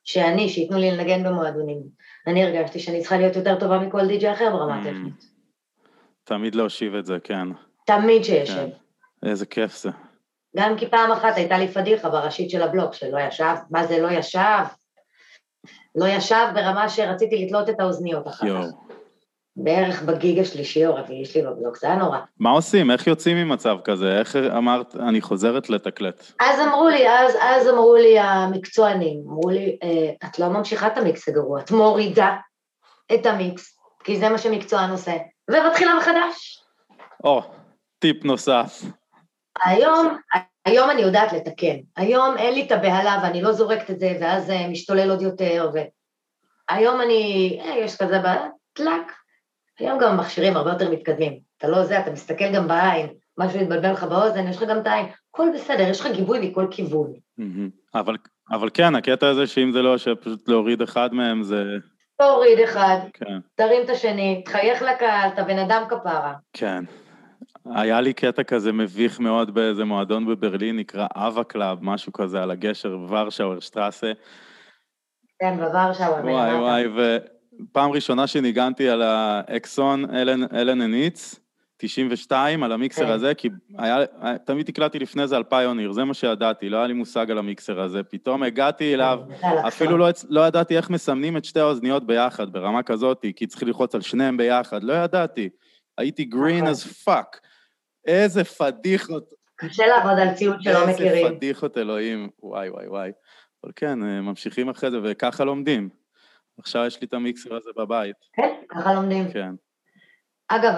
שייתנו לי לנגן במועדונים. אני הרגשתי שאני צריכה להיות יותר טובה מכל די-ג'יי אחר ברמה הטכנית. תמיד להושיב את זה, כן. תמיד שישב. כן. איזה כיף זה. גם כי פעם אחת הייתה לי פדיחה בראשית של הבלוק, שלא ישב, מה זה לא ישב? לא ישב ברמה שרציתי לתלות את האוזניות אחר כך. בערך בגיג השלישי או רביעי שלי בבלוק, זה היה נורא. מה עושים? איך יוצאים ממצב כזה? איך אמרת, אני חוזרת לתקלט? אז אמרו לי המקצוענים, אמרו לי, את לא ממשיכה את המיקס הגרוע, את מורידה את המיקס, כי זה מה שמקצוען עושה, ומתחילה מחדש. טיפ נוסף. היום אני יודעת לתקן, היום אין לי את הבהלה ואני לא זורקת את זה, ואז משתולל עוד יותר, היום יש כזה בטלק, היום גם המכשירים הרבה יותר מתקדמים, אתה מסתכל גם בעין, משהו יתבלבל לך באוזן, יש לך גם את העין, הכל בסדר, יש לך גיבוי מכל כיוון. אבל כן, הקטע הזה שאם זה לא, שפשוט להוריד אחד מהם זה... תוריד אחד, תרים את השני, תחייך לקהל, אתה בן אדם כפרה. כן. היה לי קטע כזה מביך מאוד באיזה מועדון בברלין, נקרא אבה קלאב, משהו כזה על הגשר, ורשאוור שטרסה. כן, בוורשאוור. וואי, ופעם ראשונה שניגנתי על האקסון אלן אניץ, 92, על המיקסר הזה, כי תמיד הקלטתי לפני זה על פיוניר, זה מה שידעתי, לא היה לי מושג על המיקסר הזה, פתאום הגעתי אליו, אפילו לא ידעתי איך מסמנים את שתי האוזניות ביחד, ברמה כזאת, כי צריך ללחוץ על שניהם ביחד, לא ידעתי, הייתי green as fuck, איזה פדיחות. קשה לעבוד על ציוד שלא מכירים. איזה פדיחות אלוהים, וואי. אבל כן, ממשיכים אחרי זה, וככה לומדים. עכשיו יש לי את המיקסר הזה בבית. כן, ככה לומדים. כן. אגב,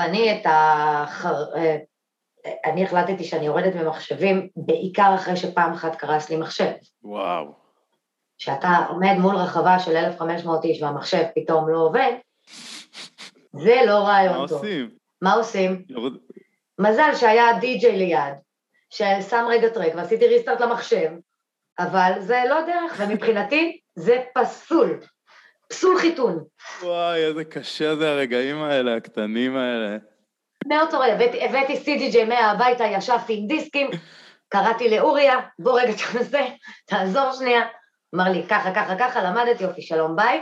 אני החלטתי שאני יורדת ממחשבים, בעיקר אחרי שפעם אחת קרס לי מחשב. וואו. שאתה עומד מול רחבה של 1,500 איש, והמחשב פתאום לא עובד, זה לא רעיון טוב. מה עושים? מזל שהיה די-ג'יי ליד, ששם רגע טרק, ועשיתי ריסטארט למחשב, אבל זה לא דרך, ומבחינתי זה פסול חיתון. וואי, איזה קשה זה הרגעים האלה, הקטנים האלה. מאותו רגע, הבאתי CDJ 100 הביתה, ישבתי עם דיסקים, קראתי לאוריה, בוא רגע תנסה, תעזור שנייה, אמר לי, ככה, למדתי, יופי, שלום, ביי.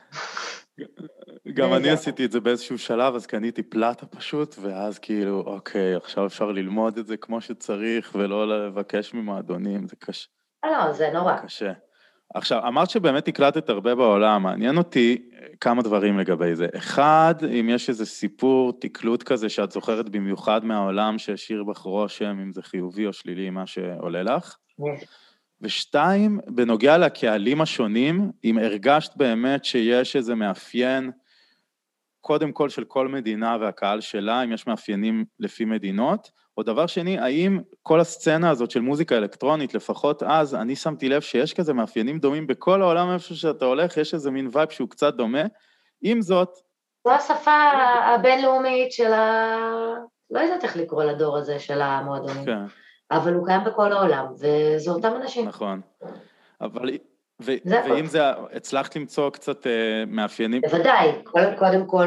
גם אני עשיתי את זה באיזשהו שלב, אז קניתי פלטה פשוט, ואז כאילו, אוקיי, עכשיו אפשר ללמוד את זה כמו שצריך, ולא לבקש ממועדונים, זה קשה. לא, זה נורא. קשה. עכשיו, אמרת שבאמת הקלטת הרבה בעולם, מעניין אותי כמה דברים לגבי זה. אחד, אם יש איזה סיפור, תקלוט כזה שאת זוכרת במיוחד מהעולם שהשאיר בך רושם, אם זה חיובי או שלילי, מה שעולה לך. ושתיים, בנוגע לקהלים השונים, אם הרגשת באמת שיש איזה מאפיין, קודם כל של כל מדינה והקהל שלה, אם יש מאפיינים לפי מדינות, או דבר שני, האם כל הסצנה הזאת של מוזיקה אלקטרונית, לפחות אז, אני שמתי לב שיש כזה מאפיינים דומים בכל העולם איפה שאתה הולך, יש איזה מין וייב שהוא קצת דומה, עם זאת... זו השפה הבינלאומית של לא יודעת איך לקרוא לדור הזה של המועדונים, כן. אבל הוא קיים בכל העולם, וזה אותם אנשים. נכון, אבל... ואם זה, הצלחת למצוא קצת מאפיינים? בוודאי, קודם כל,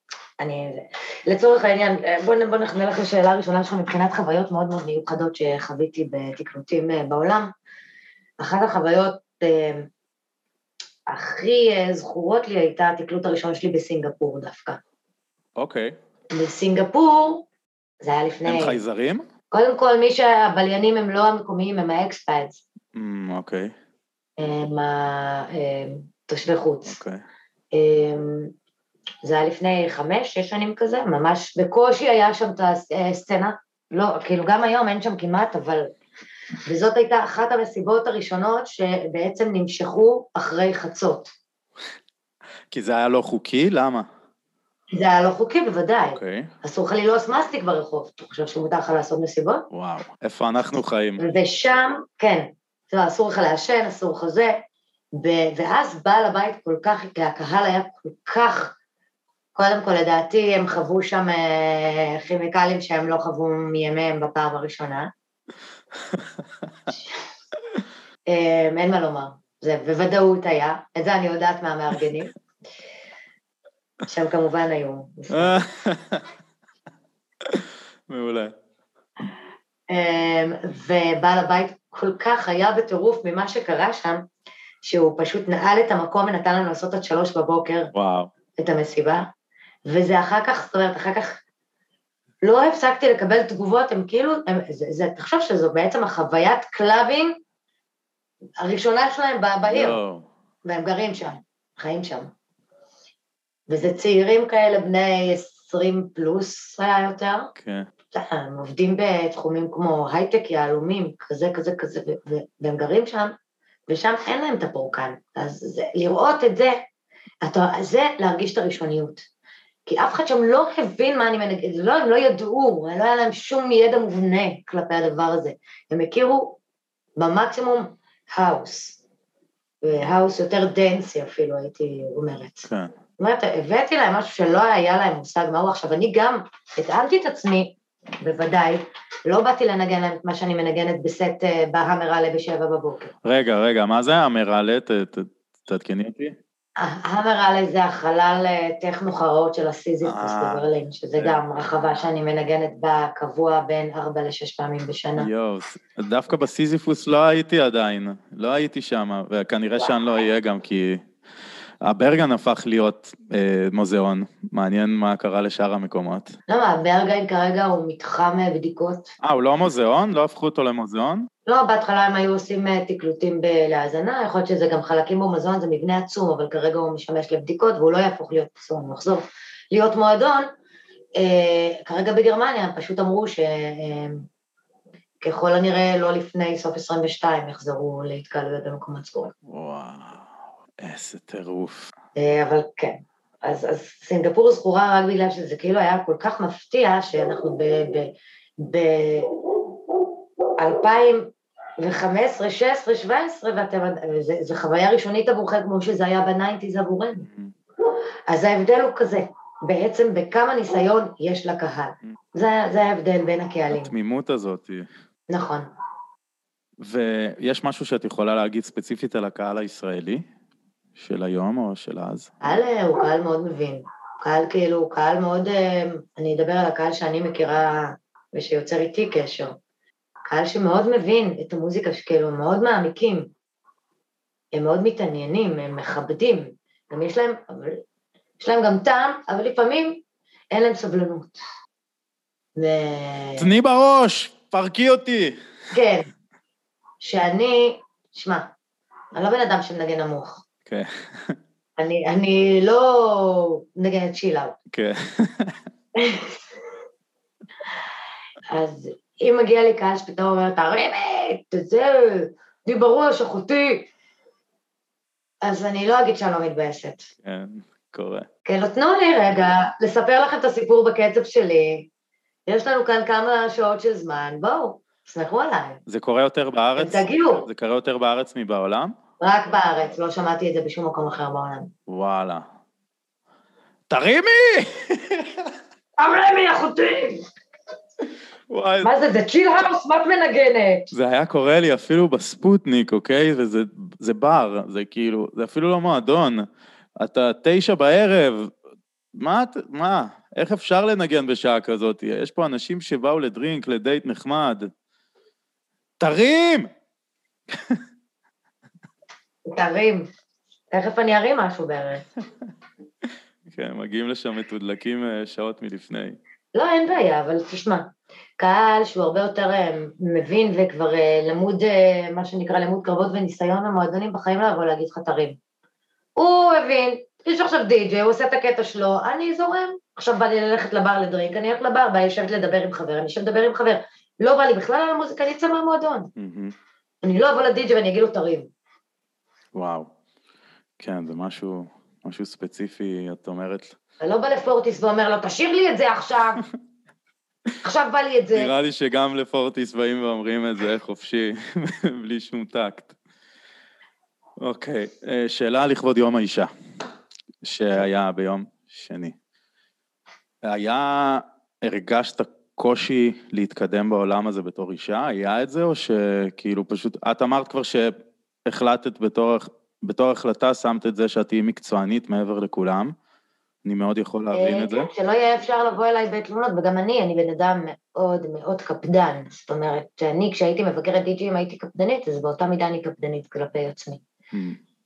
לצורך העניין, בוא נלך לשאלה הראשונה שלך מבחינת חוויות מאוד מאוד מיוחדות שחוויתי בתקלוטים בעולם. אחת החוויות הכי זכורות לי הייתה התקלוט הראשון שלי בסינגפור דווקא. אוקיי. בסינגפור, זה היה לפני... הם חייזרים? קודם כל, מי שהבליינים הם לא המקומיים, הם האקספאטס. אוקיי. הם תושבי חוץ. אוקיי. זה היה לפני 5-6 שנים כזה, ממש בקושי היה שם את הסצנה, לא, כאילו גם היום אין שם כמעט, אבל, וזאת הייתה אחת המסיבות הראשונות שבעצם נמשכו אחרי חצות. כי זה היה לא חוקי? למה? זה היה לא חוקי, בוודאי. אוקיי. אסור לך ללעוס מסטיק ברחוב, אתה חושב שמותר לך לעשות מסיבות? וואו, איפה אנחנו חיים? ושם, כן, אסור לך לעשן, אסור לך זה, ואז בעל הבית כל כך, הקהל היה כל כך, קודם כל, לדעתי, הם חוו שם כימיקלים שהם לא חוו מימיהם בפעם הראשונה. אין מה לומר, זה בוודאות היה, את זה אני יודעת מהמארגנים, שהם כמובן היו. מעולה. ובעל הבית כל כך היה בטירוף ממה שקרה שם, שהוא פשוט נעל את המקום ונתן לנו לעשות עד 3 בבוקר וואו. את המסיבה, וזה אחר כך, זאת אומרת, אחר כך לא הפסקתי לקבל תגובות, הם כאילו, תחשוב שזו בעצם החוויית קלאבים הראשונה שלהם בעיר, והם גרים שם, חיים שם. וזה צעירים כאלה, בני 20 פלוס היה יותר, הם עובדים בתחומים כמו הייטק, יעלומים, כזה, והם גרים שם, ושם אין להם את הפורקן, אז לראות את זה, זה להרגיש את הראשוניות, כי אף אחד שם לא הבין מה אני מנגנת, הם לא ידעו, לא היה להם שום ידע מובנה כלפי הדבר הזה, הם הכירו במקסימום האוס, והאוס יותר דנסי אפילו, הייתי אומרת. כן. זאת אומרת, הבאתי להם משהו שלא היה להם מושג מהו, עכשיו אני גם התאמתי את עצמי, בוודאי, לא באתי לנגן להם את מה שאני מנגנת בסט בהמרלה ב7 בבוקר. רגע, מה זה המרלה? תעדכני אותי. המרלה זה החלל טכנו חראות של הסיזיפוס בברלין, שזה גם רחבה שאני מנגנת בה קבוע בין 4 ל-6 פעמים בשנה. יואו, דווקא בסיזיפוס לא הייתי עדיין, לא הייתי שם, וכנראה שאני לא אהיה גם כי הברגן הפך להיות מוזיאון, מעניין מה קרה לשאר המקומות. למה, הברגן כרגע הוא מתחם בדיקות. הוא לא מוזיאון? לא הפכו אותו למוזיאון? לא, בהתחלה הם היו עושים תקלוטים להאזנה, יכול להיות שזה גם חלקים במוזיאון, זה מבנה עצום, אבל כרגע הוא משמש לבדיקות, והוא לא יהפוך להיות מוזיאון, הוא יחזור להיות מועדון. כרגע בגרמניה הם פשוט אמרו שככל הנראה לא לפני סוף 22 יחזרו להתקהלויות במקומות סגורים. וואו, איזה טירוף. אבל כן, אז סינגפור זכורה רק בגלל שזה כאילו היה כל כך מפתיע, שאנחנו ב-2015, 16, 17, וזו חוויה ראשונית עבורכם, כמו שזה היה ב-90s עבורנו. אז ההבדל הוא כזה, בעצם בכמה ניסיון יש לקהל. זה ההבדל בין הקהלים. התמימות הזאת. נכון. ויש משהו שאת יכולה להגיד ספציפית על הקהל הישראלי? של היום או של אז? הוא קהל מאוד מבין. הוא קהל מאוד, אני אדבר על הקהל שאני מכירה ושיוצר איתי קשר. קהל שמאוד מבין את המוזיקה שכאילו, הם מאוד מעמיקים, הם מאוד מתעניינים, הם מכבדים, גם יש להם גם טעם, אבל לפעמים אין להם סבלנות. תני בראש, פרקי אותי. כן, שמע, אני לא בן אדם שמנגן נמוך. כן. אני לא מנגנת צ'יל-אאוט. כן. אז אם מגיע לי קהל שפתאום אומר, תני בראש, אחותי, אז אני לא אגיד שאני לא מתבאסת. כן, קורה. כן, לא תנו לי רגע לספר לכם את הסיפור בקצב שלי, יש לנו כאן כמה שעות של זמן, בואו, סמכו עליי. זה קורה יותר בארץ? תגיעו. זה קורה יותר בארץ מבעולם? רק בארץ, לא שמעתי את זה בשום מקום אחר בעולם. וואלה. תרימי! תרימי, אחותי! מה זה צ'יל-האוס, מה את מנגנת? זה היה קורה לי אפילו בספוטניק, אוקיי? וזה בר, זה כאילו, זה אפילו לא מועדון. אתה 9 בערב, מה? איך אפשר לנגן בשעה כזאת? יש פה אנשים שבאו לדרינק, לדייט נחמד. תרים! תרים. תכף אני ארים משהו בערך. כן, מגיעים לשם מתודלקים שעות מלפני. לא, אין בעיה, אבל תשמע, קהל שהוא הרבה יותר מבין וכבר למוד, מה שנקרא למוד קרבות וניסיון המועדונים בחיים לא יבוא להגיד לך תרים. הוא הבין, יש עכשיו די-ג'יי, הוא עושה את הקטע שלו, אני זורם. עכשיו בא לי ללכת לבר לדרינק, אני הולך לבר, בא לי לשבת לדבר עם חבר, אני אשב לדבר עם חבר. לא בא לי בכלל על המוזיקה, אני אצא מהמועדון. אני לא אבוא לדי-ג'יי ואני אגיד לו תרים. וואו. כן, זה משהו ספציפי, את אומרת. אתה לא בא לפורטיס ואומר לו, תשאיר לי את זה עכשיו. עכשיו בא לי את זה. נראה לי שגם לפורטיס באים ואומרים את זה חופשי, בלי שום טקט. אוקיי, שאלה לכבוד יום האישה, שהיה ביום שני. הרגשת קושי להתקדם בעולם הזה בתור אישה? היה את זה, או שכאילו פשוט, את אמרת כבר שהחלטת בתור החלטה, שמת את זה שאת תהיי מקצוענית מעבר לכולם, אני מאוד יכול להבין את זה. כן, שלא יהיה אפשר לבוא אליי בתלונות, וגם אני בן אדם מאוד מאוד קפדן, זאת אומרת, שאני כשהייתי מבקרת די-ג'ים הייתי קפדנית, אז באותה מידה אני קפדנית כלפי עצמי.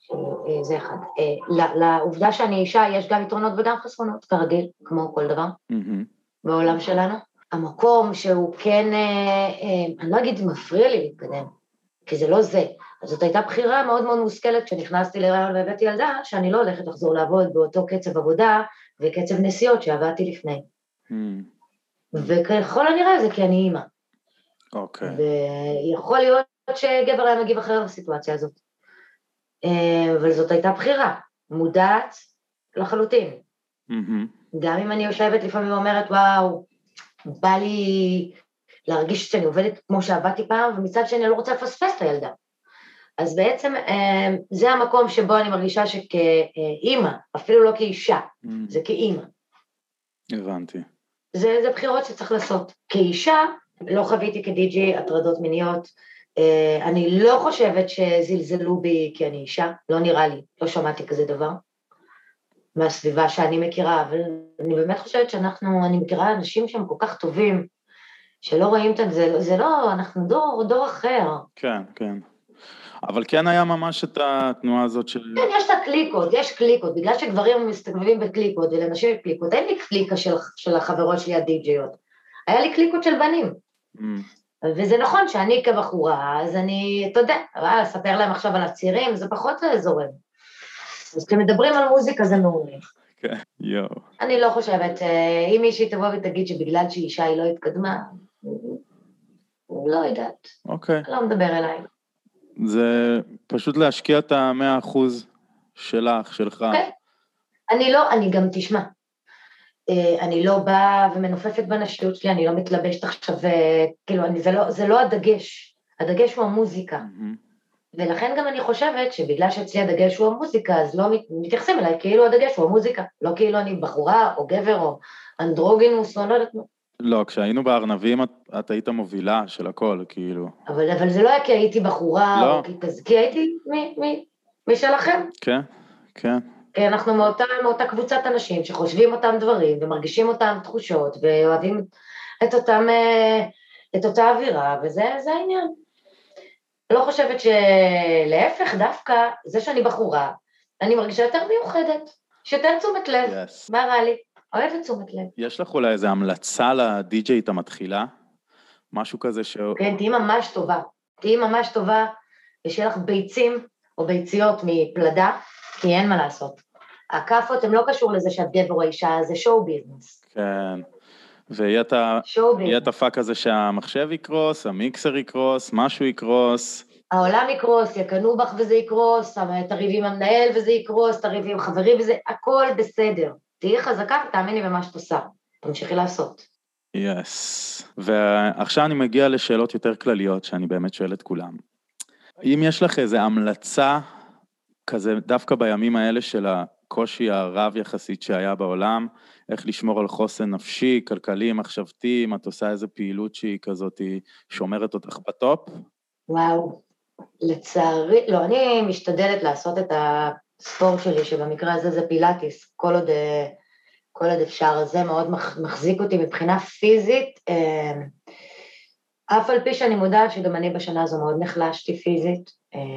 זה אחד. לעובדה שאני אישה יש גם יתרונות וגם חסרונות, כרגיל, כמו כל דבר, בעולם שלנו. המקום שהוא כן, אני לא אגיד מפריע לי להתקדם, כי זה לא זה. אז זאת הייתה בחירה מאוד מאוד מושכלת, כשנכנסתי להיריון והבאתי ילדה, שאני לא הולכת לחזור לעבוד באותו קצב עבודה, וקצב נסיעות שעבדתי לפני. וככל הנראה זה כי אני אימא. אוקיי. ויכול להיות שגבר היה מגיב אחר לסיטואציה הזאת. אבל זאת הייתה בחירה, מודעת לחלוטין. גם אם אני יושבת לפעמים ואומרת, וואו, בא לי להרגיש שאני עובדת כמו שעבדתי פעם, ומצד שני אני לא רוצה לפספס את הילדה. אז בעצם זה המקום שבו אני מרגישה שכאימא, אפילו לא כאישה, זה כאימא. הבנתי. זה בחירות שצריך לעשות. כאישה, לא חוויתי כדי-ג'י הטרדות מיניות, אני לא חושבת שזלזלו בי כי אני אישה, לא נראה לי, לא שמעתי כזה דבר, מהסביבה שאני מכירה, אבל אני באמת חושבת אני מכירה אנשים שהם כל כך טובים, שלא רואים את זה לא, אנחנו דור אחר. כן, כן. אבל כן היה ממש את התנועה הזאת של... כן, יש קליקות, בגלל שגברים מסתובבים בקליקות, ולנשים בקליקות, אין לי קליקה של החברות שלי הדי-ג'יות, היה לי קליקות של בנים. וזה נכון שאני כבחורה, אז אתה יודע, אספר להם עכשיו על הצירים, זה פחות זורם. אז כשמדברים על מוזיקה זה מעולה. כן, יואו. אני לא חושבת, אם מישהי תבוא ותגיד שבגלל שהיא אישה היא לא התקדמה, לא יודעת. אוקיי. לא מדבר אליי. זה פשוט להשקיע את 100% שלך. אוקיי. אני גם תשמע. אני לא באה ומנופפת בנשיות שלי, אני לא מתלבשת עכשיו, כאילו, זה לא הדגש הוא המוזיקה. ולכן גם אני חושבת שבגלל שאצלי הדגש הוא המוזיקה, אז לא מתייחסים אליי כאילו הדגש הוא המוזיקה, לא כאילו אני בחורה או גבר או אנדרוגינוס או לא יודעת מה. לא, כשהיינו בארנבים את היית מובילה של הכל, כאילו. אבל זה לא היה כי הייתי בחורה, לא. או כי הייתי משלכם. כן, כן. כי אנחנו מאותה קבוצת אנשים שחושבים אותם דברים ומרגישים אותם תחושות ואוהבים את אותה אווירה, וזה העניין. לא חושבת שלהפך דווקא, זה שאני בחורה, אני מרגישה יותר מיוחדת, שיותר תשומת לב, מה רע לי? אוהבת תשומת לב. יש לך אולי איזו המלצה לדי-ג'יית המתחילה? משהו כזה כן, תהיי ממש טובה, ושיהיה לך ביצים או ביציות מפלדה, כי אין מה לעשות. הכפות הם לא קשור לזה שאת גבר או אישה, זה שואו ביזנס. כן, ויהיה את הפאק הזה שהמחשב יקרוס, המיקסר יקרוס, משהו יקרוס. העולם יקרוס, יקנו בך וזה יקרוס, תריב עם המנהל וזה יקרוס, תריב עם חברים וזה, הכל בסדר. תהיי חזקה ותאמיני במה שאת עושה. תמשיכי לעשות. יס. ועכשיו אני מגיע לשאלות יותר כלליות, שאני באמת שואל את כולם. אם יש לך איזו המלצה, כזה דווקא בימים האלה של הקושי הרב יחסית שהיה בעולם, איך לשמור על חוסן נפשי, כלכלי, מחשבתי, אם את עושה איזו פעילות שהיא כזאת, היא שומרת אותך בטופ? וואו, לצערי, לא, אני משתדלת לעשות את הספורט שלי, שבמקרה הזה זה פילאטיס, כל עוד אפשר, זה מאוד מחזיק אותי מבחינה פיזית, אף על פי שאני מודעת שגם אני בשנה הזו מאוד נחלשתי פיזית,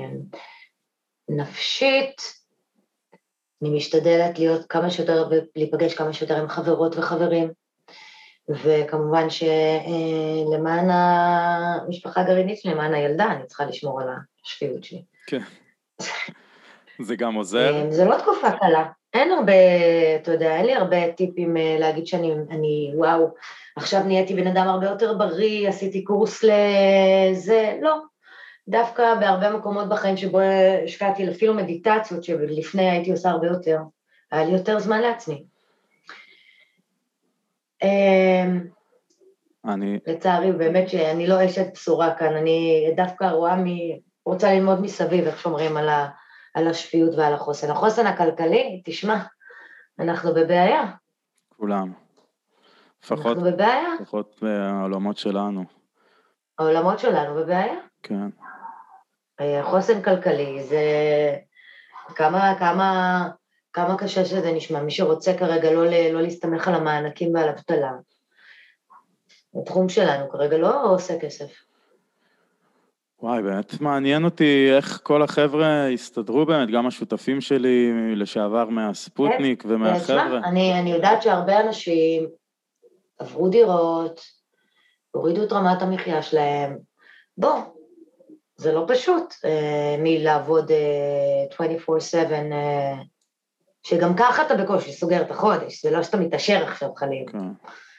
נפשית, אני משתדלת להיות כמה שיותר, ולהיפגש כמה שיותר עם חברות וחברים, וכמובן שלמען המשפחה הגרעינית שלי, למען הילדה, אני צריכה לשמור על השפיות שלי. כן. זה גם עוזר? זה לא תקופה קלה. אין הרבה, אתה יודע, אין לי הרבה טיפים להגיד שאני וואו, עכשיו נהייתי בן אדם הרבה יותר בריא, עשיתי קורס לזה, לא. דווקא בהרבה מקומות בחיים שבו השקעתי אפילו מדיטציות, שלפני הייתי עושה הרבה יותר, היה לי יותר זמן לעצמי. לצערי, באמת שאני לא אשת בשורה כאן, אני דווקא רוצה ללמוד מסביב, איך שומרים על השפיות ועל החוסן. החוסן הכלכלי, תשמע, אנחנו בבעיה. כולם. אנחנו בבעיה. לפחות העולמות שלנו. העולמות שלנו בבעיה. כן. חוסן כלכלי, זה כמה קשה שזה נשמע. מי שרוצה כרגע לא להסתמך על המענקים ועל אבטלה. התחום שלנו כרגע לא עושה כסף. וואי, באמת מעניין אותי איך כל החבר'ה הסתדרו באמת, גם השותפים שלי לשעבר מהספוטניק תשמע, ומהחבר'ה. אני יודעת שהרבה אנשים עברו דירות, הורידו את רמת המחיה שלהם. בוא, זה לא פשוט מלעבוד 24/7, שגם ככה אתה בקושי סוגר את החודש, זה לא שאתה מתעשר עכשיו חלילה. כן.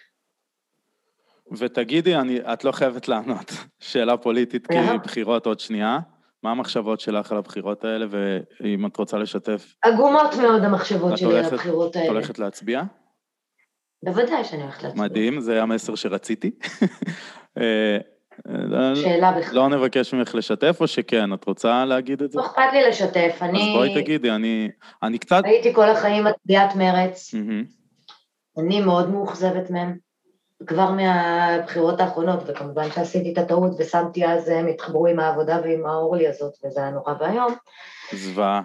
ותגידי, את לא חייבת לענות, שאלה פוליטית, כי בחירות עוד שנייה. מה המחשבות שלך על הבחירות האלה, ואם את רוצה לשתף? עגומות מאוד המחשבות שלי על הבחירות האלה. את הולכת להצביע? בוודאי שאני הולכת להצביע. מדהים, זה המסר שרציתי. שאלה בכלל. לא נבקש ממך לשתף, או שכן, את רוצה להגיד את זה? לא אכפת לי לשתף, אז בואי תגידי, אני קצת... הייתי כל החיים מצביעת מרץ, אני מאוד מאוכזבת מהם, כבר מהבחירות האחרונות, וכמובן שעשיתי את הטעות ושמתי אז, הם התחברו עם העבודה ועם האורלי הזאת, וזה היה נורא והיום. זוועה.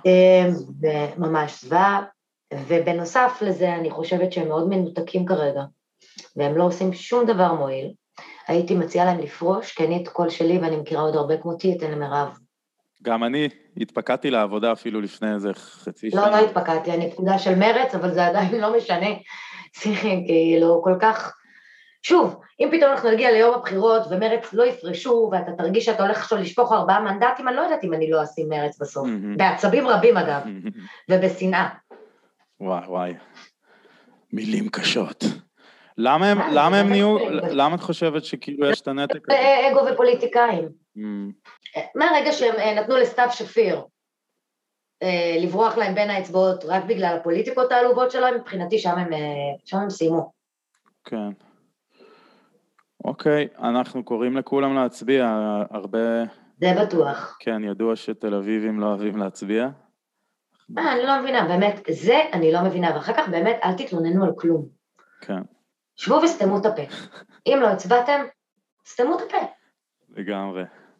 ממש זוועה, ובנוסף לזה אני חושבת שהם מאוד מנותקים כרגע, והם לא עושים שום דבר מועיל. הייתי מציעה להם לפרוש, כי אני את קול שלי, ואני מכירה עוד הרבה כמותי, אתן למירב. גם אני התפקדתי לעבודה אפילו לפני איזה חצי שנה. לא התפקדתי, אני פקודה של מרץ, אבל זה עדיין לא משנה, כאילו כל כך... שוב, אם פתאום אנחנו נגיע ליום הבחירות, ומרץ לא יפרשו, ואתה תרגיש שאתה הולך עכשיו לשפוך 4 מנדטים, אני לא יודעת אם אני לא אשים מרץ בסוף. בעצבים רבים אגב, ובשנאה. וואי. מילים קשות. למה הם נהיו, למה את חושבת שכאילו יש את הנתק? אגו ופוליטיקאים. מהרגע שהם נתנו לסתיו שפיר, לברוח להם בין האצבעות רק בגלל הפוליטיקות העלובות שלהם, מבחינתי שם הם סיימו. כן. אוקיי, אנחנו קוראים לכולם להצביע, הרבה... זה בטוח. כן, ידוע שתל אביבים לא אוהבים להצביע. אני לא מבינה, באמת, זה אני לא מבינה, ואחר כך באמת אל תתלוננו על כלום. כן. שבו וסתמו את הפה. אם לא הצבעתם, סתמו את הפה. לגמרי.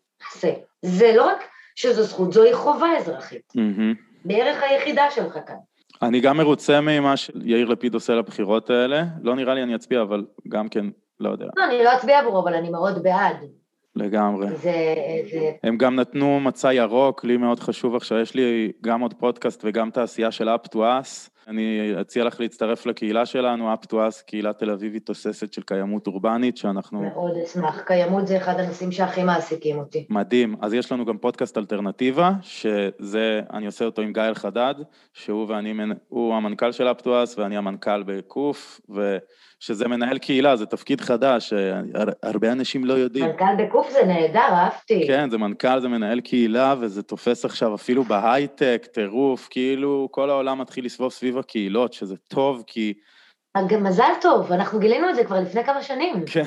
זה לא רק שזו זכות, זוהי חובה אזרחית. בערך היחידה שלך כאן. אני גם מרוצה ממה שיאיר לפיד עושה לבחירות האלה. לא נראה לי אני אצביע, אבל גם כן, לא יודע. לא, אני לא אצביע עבורו, אבל אני מאוד בעד. לגמרי. הם גם נתנו מצע ירוק, לי מאוד חשוב עכשיו, יש לי גם עוד פודקאסט וגם תעשייה של Up to Us, אני אציע לך להצטרף לקהילה שלנו, Up to Us, קהילה תל אביבית תוססת של קיימות אורבנית, שאנחנו... מאוד אשמח, קיימות זה אחד הנושאים שהכי מעסיקים אותי. מדהים, אז יש לנו גם פודקאסט אלטרנטיבה, שזה, אני עושה אותו עם גיא אלחדד, שהוא ואני, הוא המנכ"ל של Up to Us, ואני המנכ"ל בקוף, שזה מנהל קהילה, זה תפקיד חדש, הרבה אנשים לא יודעים. מנכ"ל בקוף זה נהדר, אהבתי. כן, זה מנכ"ל, זה מנהל קהילה, וזה תופס עכשיו אפילו בהייטק, טירוף, כאילו כל העולם מתחיל לסבוב סביב הקהילות, שזה טוב, כי... גם מזל טוב, אנחנו גילינו את זה כבר לפני כמה שנים. כן.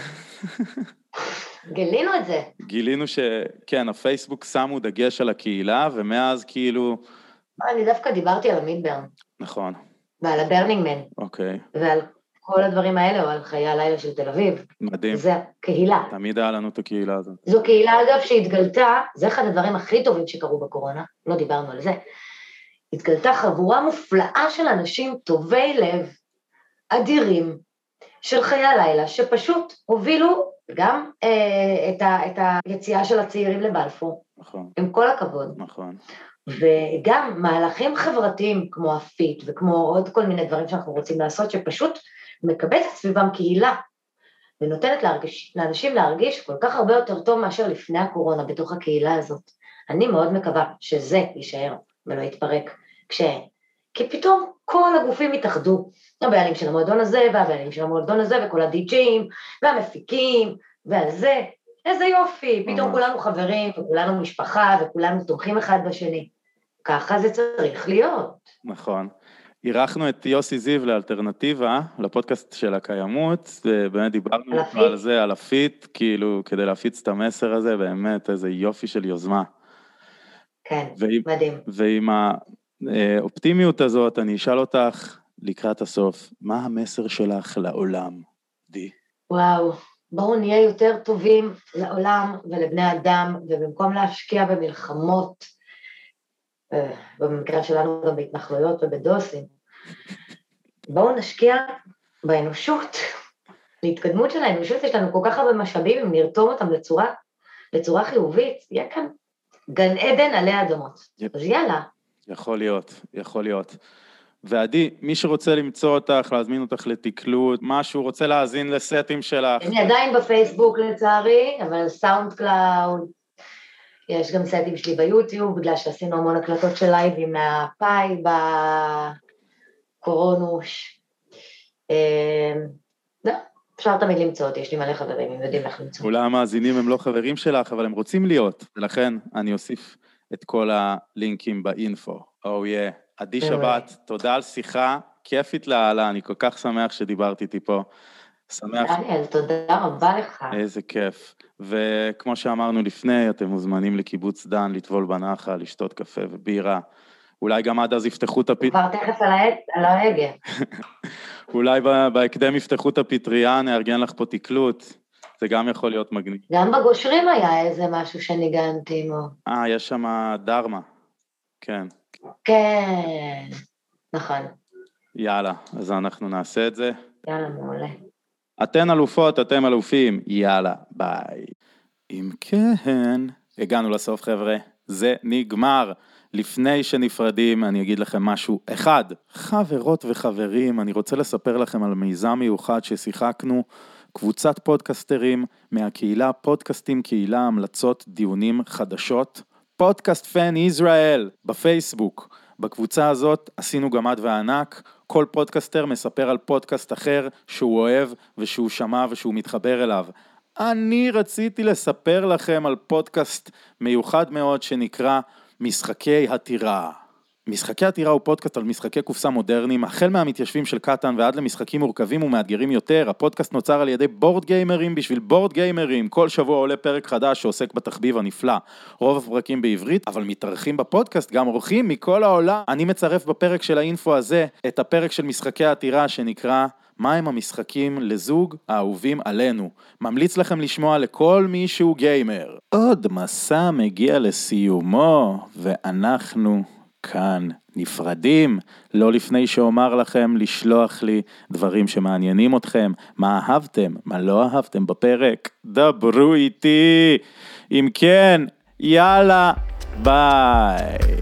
גילינו את זה. גילינו שכן, הפייסבוק שמו דגש על הקהילה, ומאז כאילו... אני דווקא דיברתי על המידברן. נכון. ועל הברנינגמן. אוקיי. ועל כל הדברים האלה, או על חיי הלילה של תל אביב. מדהים. זה קהילה. תמיד היה לנו את הקהילה הזאת. זו קהילה, אגב, שהתגלתה, זה אחד הדברים הכי טובים שקרו בקורונה, לא דיברנו על זה, התגלתה חבורה מופלאה של אנשים טובי לב, אדירים, של חיי הלילה, שפשוט הובילו גם את היציאה של הצעירים לבלפור. נכון. עם כל הכבוד. נכון. וגם מהלכים חברתיים כמו הפיט, וכמו עוד כל מיני דברים שאנחנו רוצים לעשות, שפשוט מקבצת סביבם קהילה, ונותנת לאנשים להרגיש כל כך הרבה יותר טוב מאשר לפני הקורונה בתוך הקהילה הזאת. אני מאוד מקווה שזה יישאר ולא יתפרק, כי פתאום כל הגופים יתאחדו, הבעלים של המועדון הזה והבעלים של המועדון הזה וכל הדי-ג'ים והמפיקים ועל זה, איזה יופי, פתאום כולנו חברים וכולנו משפחה וכולנו תומכים אחד בשני. ככה זה צריך להיות. נכון. אירחנו את יוסי זיו לאלטרנטיבה, לפודקאסט של הקיימות, ובאמת דיברנו על זה, על הפיט, כאילו, כדי להפיץ את המסר הזה, באמת איזה יופי של יוזמה. כן, מדהים. ועם האופטימיות הזאת, אני אשאל אותך לקראת הסוף, מה המסר שלך לעולם, די? וואו, בואו נהיה יותר טובים לעולם ולבני אדם, ובמקום להשקיע במלחמות, במקרה שלנו גם בהתנחלויות ובדוסים, בואו נשקיע באנושות, להתקדמות של האנושות, יש לנו כל כך הרבה משאבים, אם נרתום אותם לצורה לצורה חיובית, יהיה כאן גן עדן עלי אדמות. אז יאללה. יכול להיות. ועדי, מי שרוצה למצוא אותך, להזמין אותך לתקלוט, משהו, רוצה להאזין לסטים שלך. אני עדיין בפייסבוק לצערי, אבל סאונד קלאוד, יש גם סטים שלי ביוטיוב, בגלל שעשינו המון הקלטות של לייבים מהפאי בקורונוש. אפשר תמיד למצוא אותי, יש לי מלא חברים, הם יודעים איך למצוא. אולי המאזינים הם לא חברים שלך, אבל הם רוצים להיות, ולכן אני אוסיף את כל הלינקים באינפו. עדי שבת, תודה על שיחה, כיפית להעלה, אני כל כך שמח שדיברתי איתי פה. שמח. דניאל, תודה רבה לך. איזה כיף. וכמו שאמרנו לפני, אתם מוזמנים לקיבוץ דן, לטבול בנחל, לשתות קפה ובירה. אולי גם עד אז יפתחו את כבר תכף על ההגה. אולי בהקדם יפתחו את הפטריה, נארגן לך פה תקלוט. זה גם יכול להיות מגניב. גם בגושרים היה איזה משהו שניגנתי עמו. יש שם דרמה. כן. כן, נכון. יאללה, אז אנחנו נעשה את זה. יאללה, מעולה. אתן אלופות, אתם אלופים. יאללה, ביי. אם כן, הגענו לסוף חבר'ה. זה נגמר. לפני שנפרדים, אני אגיד לכם משהו אחד. חברות וחברים, אני רוצה לספר לכם על מיזם מיוחד ששיחקנו, קבוצת פודקסטרים מהקהילה, פודקאסטים, קהילה, המלצות, דיונים, חדשות, פודקאסט פן ישראל בפייסבוק. בקבוצה הזאת עשינו גמד וענק, כל פודקסטר מספר על פודקאסט אחר שהוא אוהב ושהוא שמע ושהוא מתחבר אליו. אני רציתי לספר לכם על פודקאסט מיוחד מאוד שנקרא משחקי הטירה. משחקי הטירה הוא פודקאסט על משחקי קופסה מודרניים, החל מהמתיישבים של קטן ועד למשחקים מורכבים ומאתגרים יותר. הפודקאסט נוצר על ידי בורד גיימרים בשביל בורד גיימרים. כל שבוע עולה פרק חדש שעוסק בתחביב הנפלא. רוב הפרקים בעברית, אבל מתארחים בפודקאסט גם אורחים מכל העולם. אני מצרף בפרק של האינפו הזה את הפרק של משחקי הטירה שנקרא מה הם המשחקים לזוג האהובים עלינו. ממליץ לכם לשמוע לכל מי שהוא גיימר. עוד מסע מגיע לסיומו ואנחנו כאן נפרדים, לא לפני שאומר לכם לשלוח לי דברים שמעניינים אתכם, מה אהבתם, מה לא אהבתם בפרק, דברו איתי, אם כן, יאללה, ביי.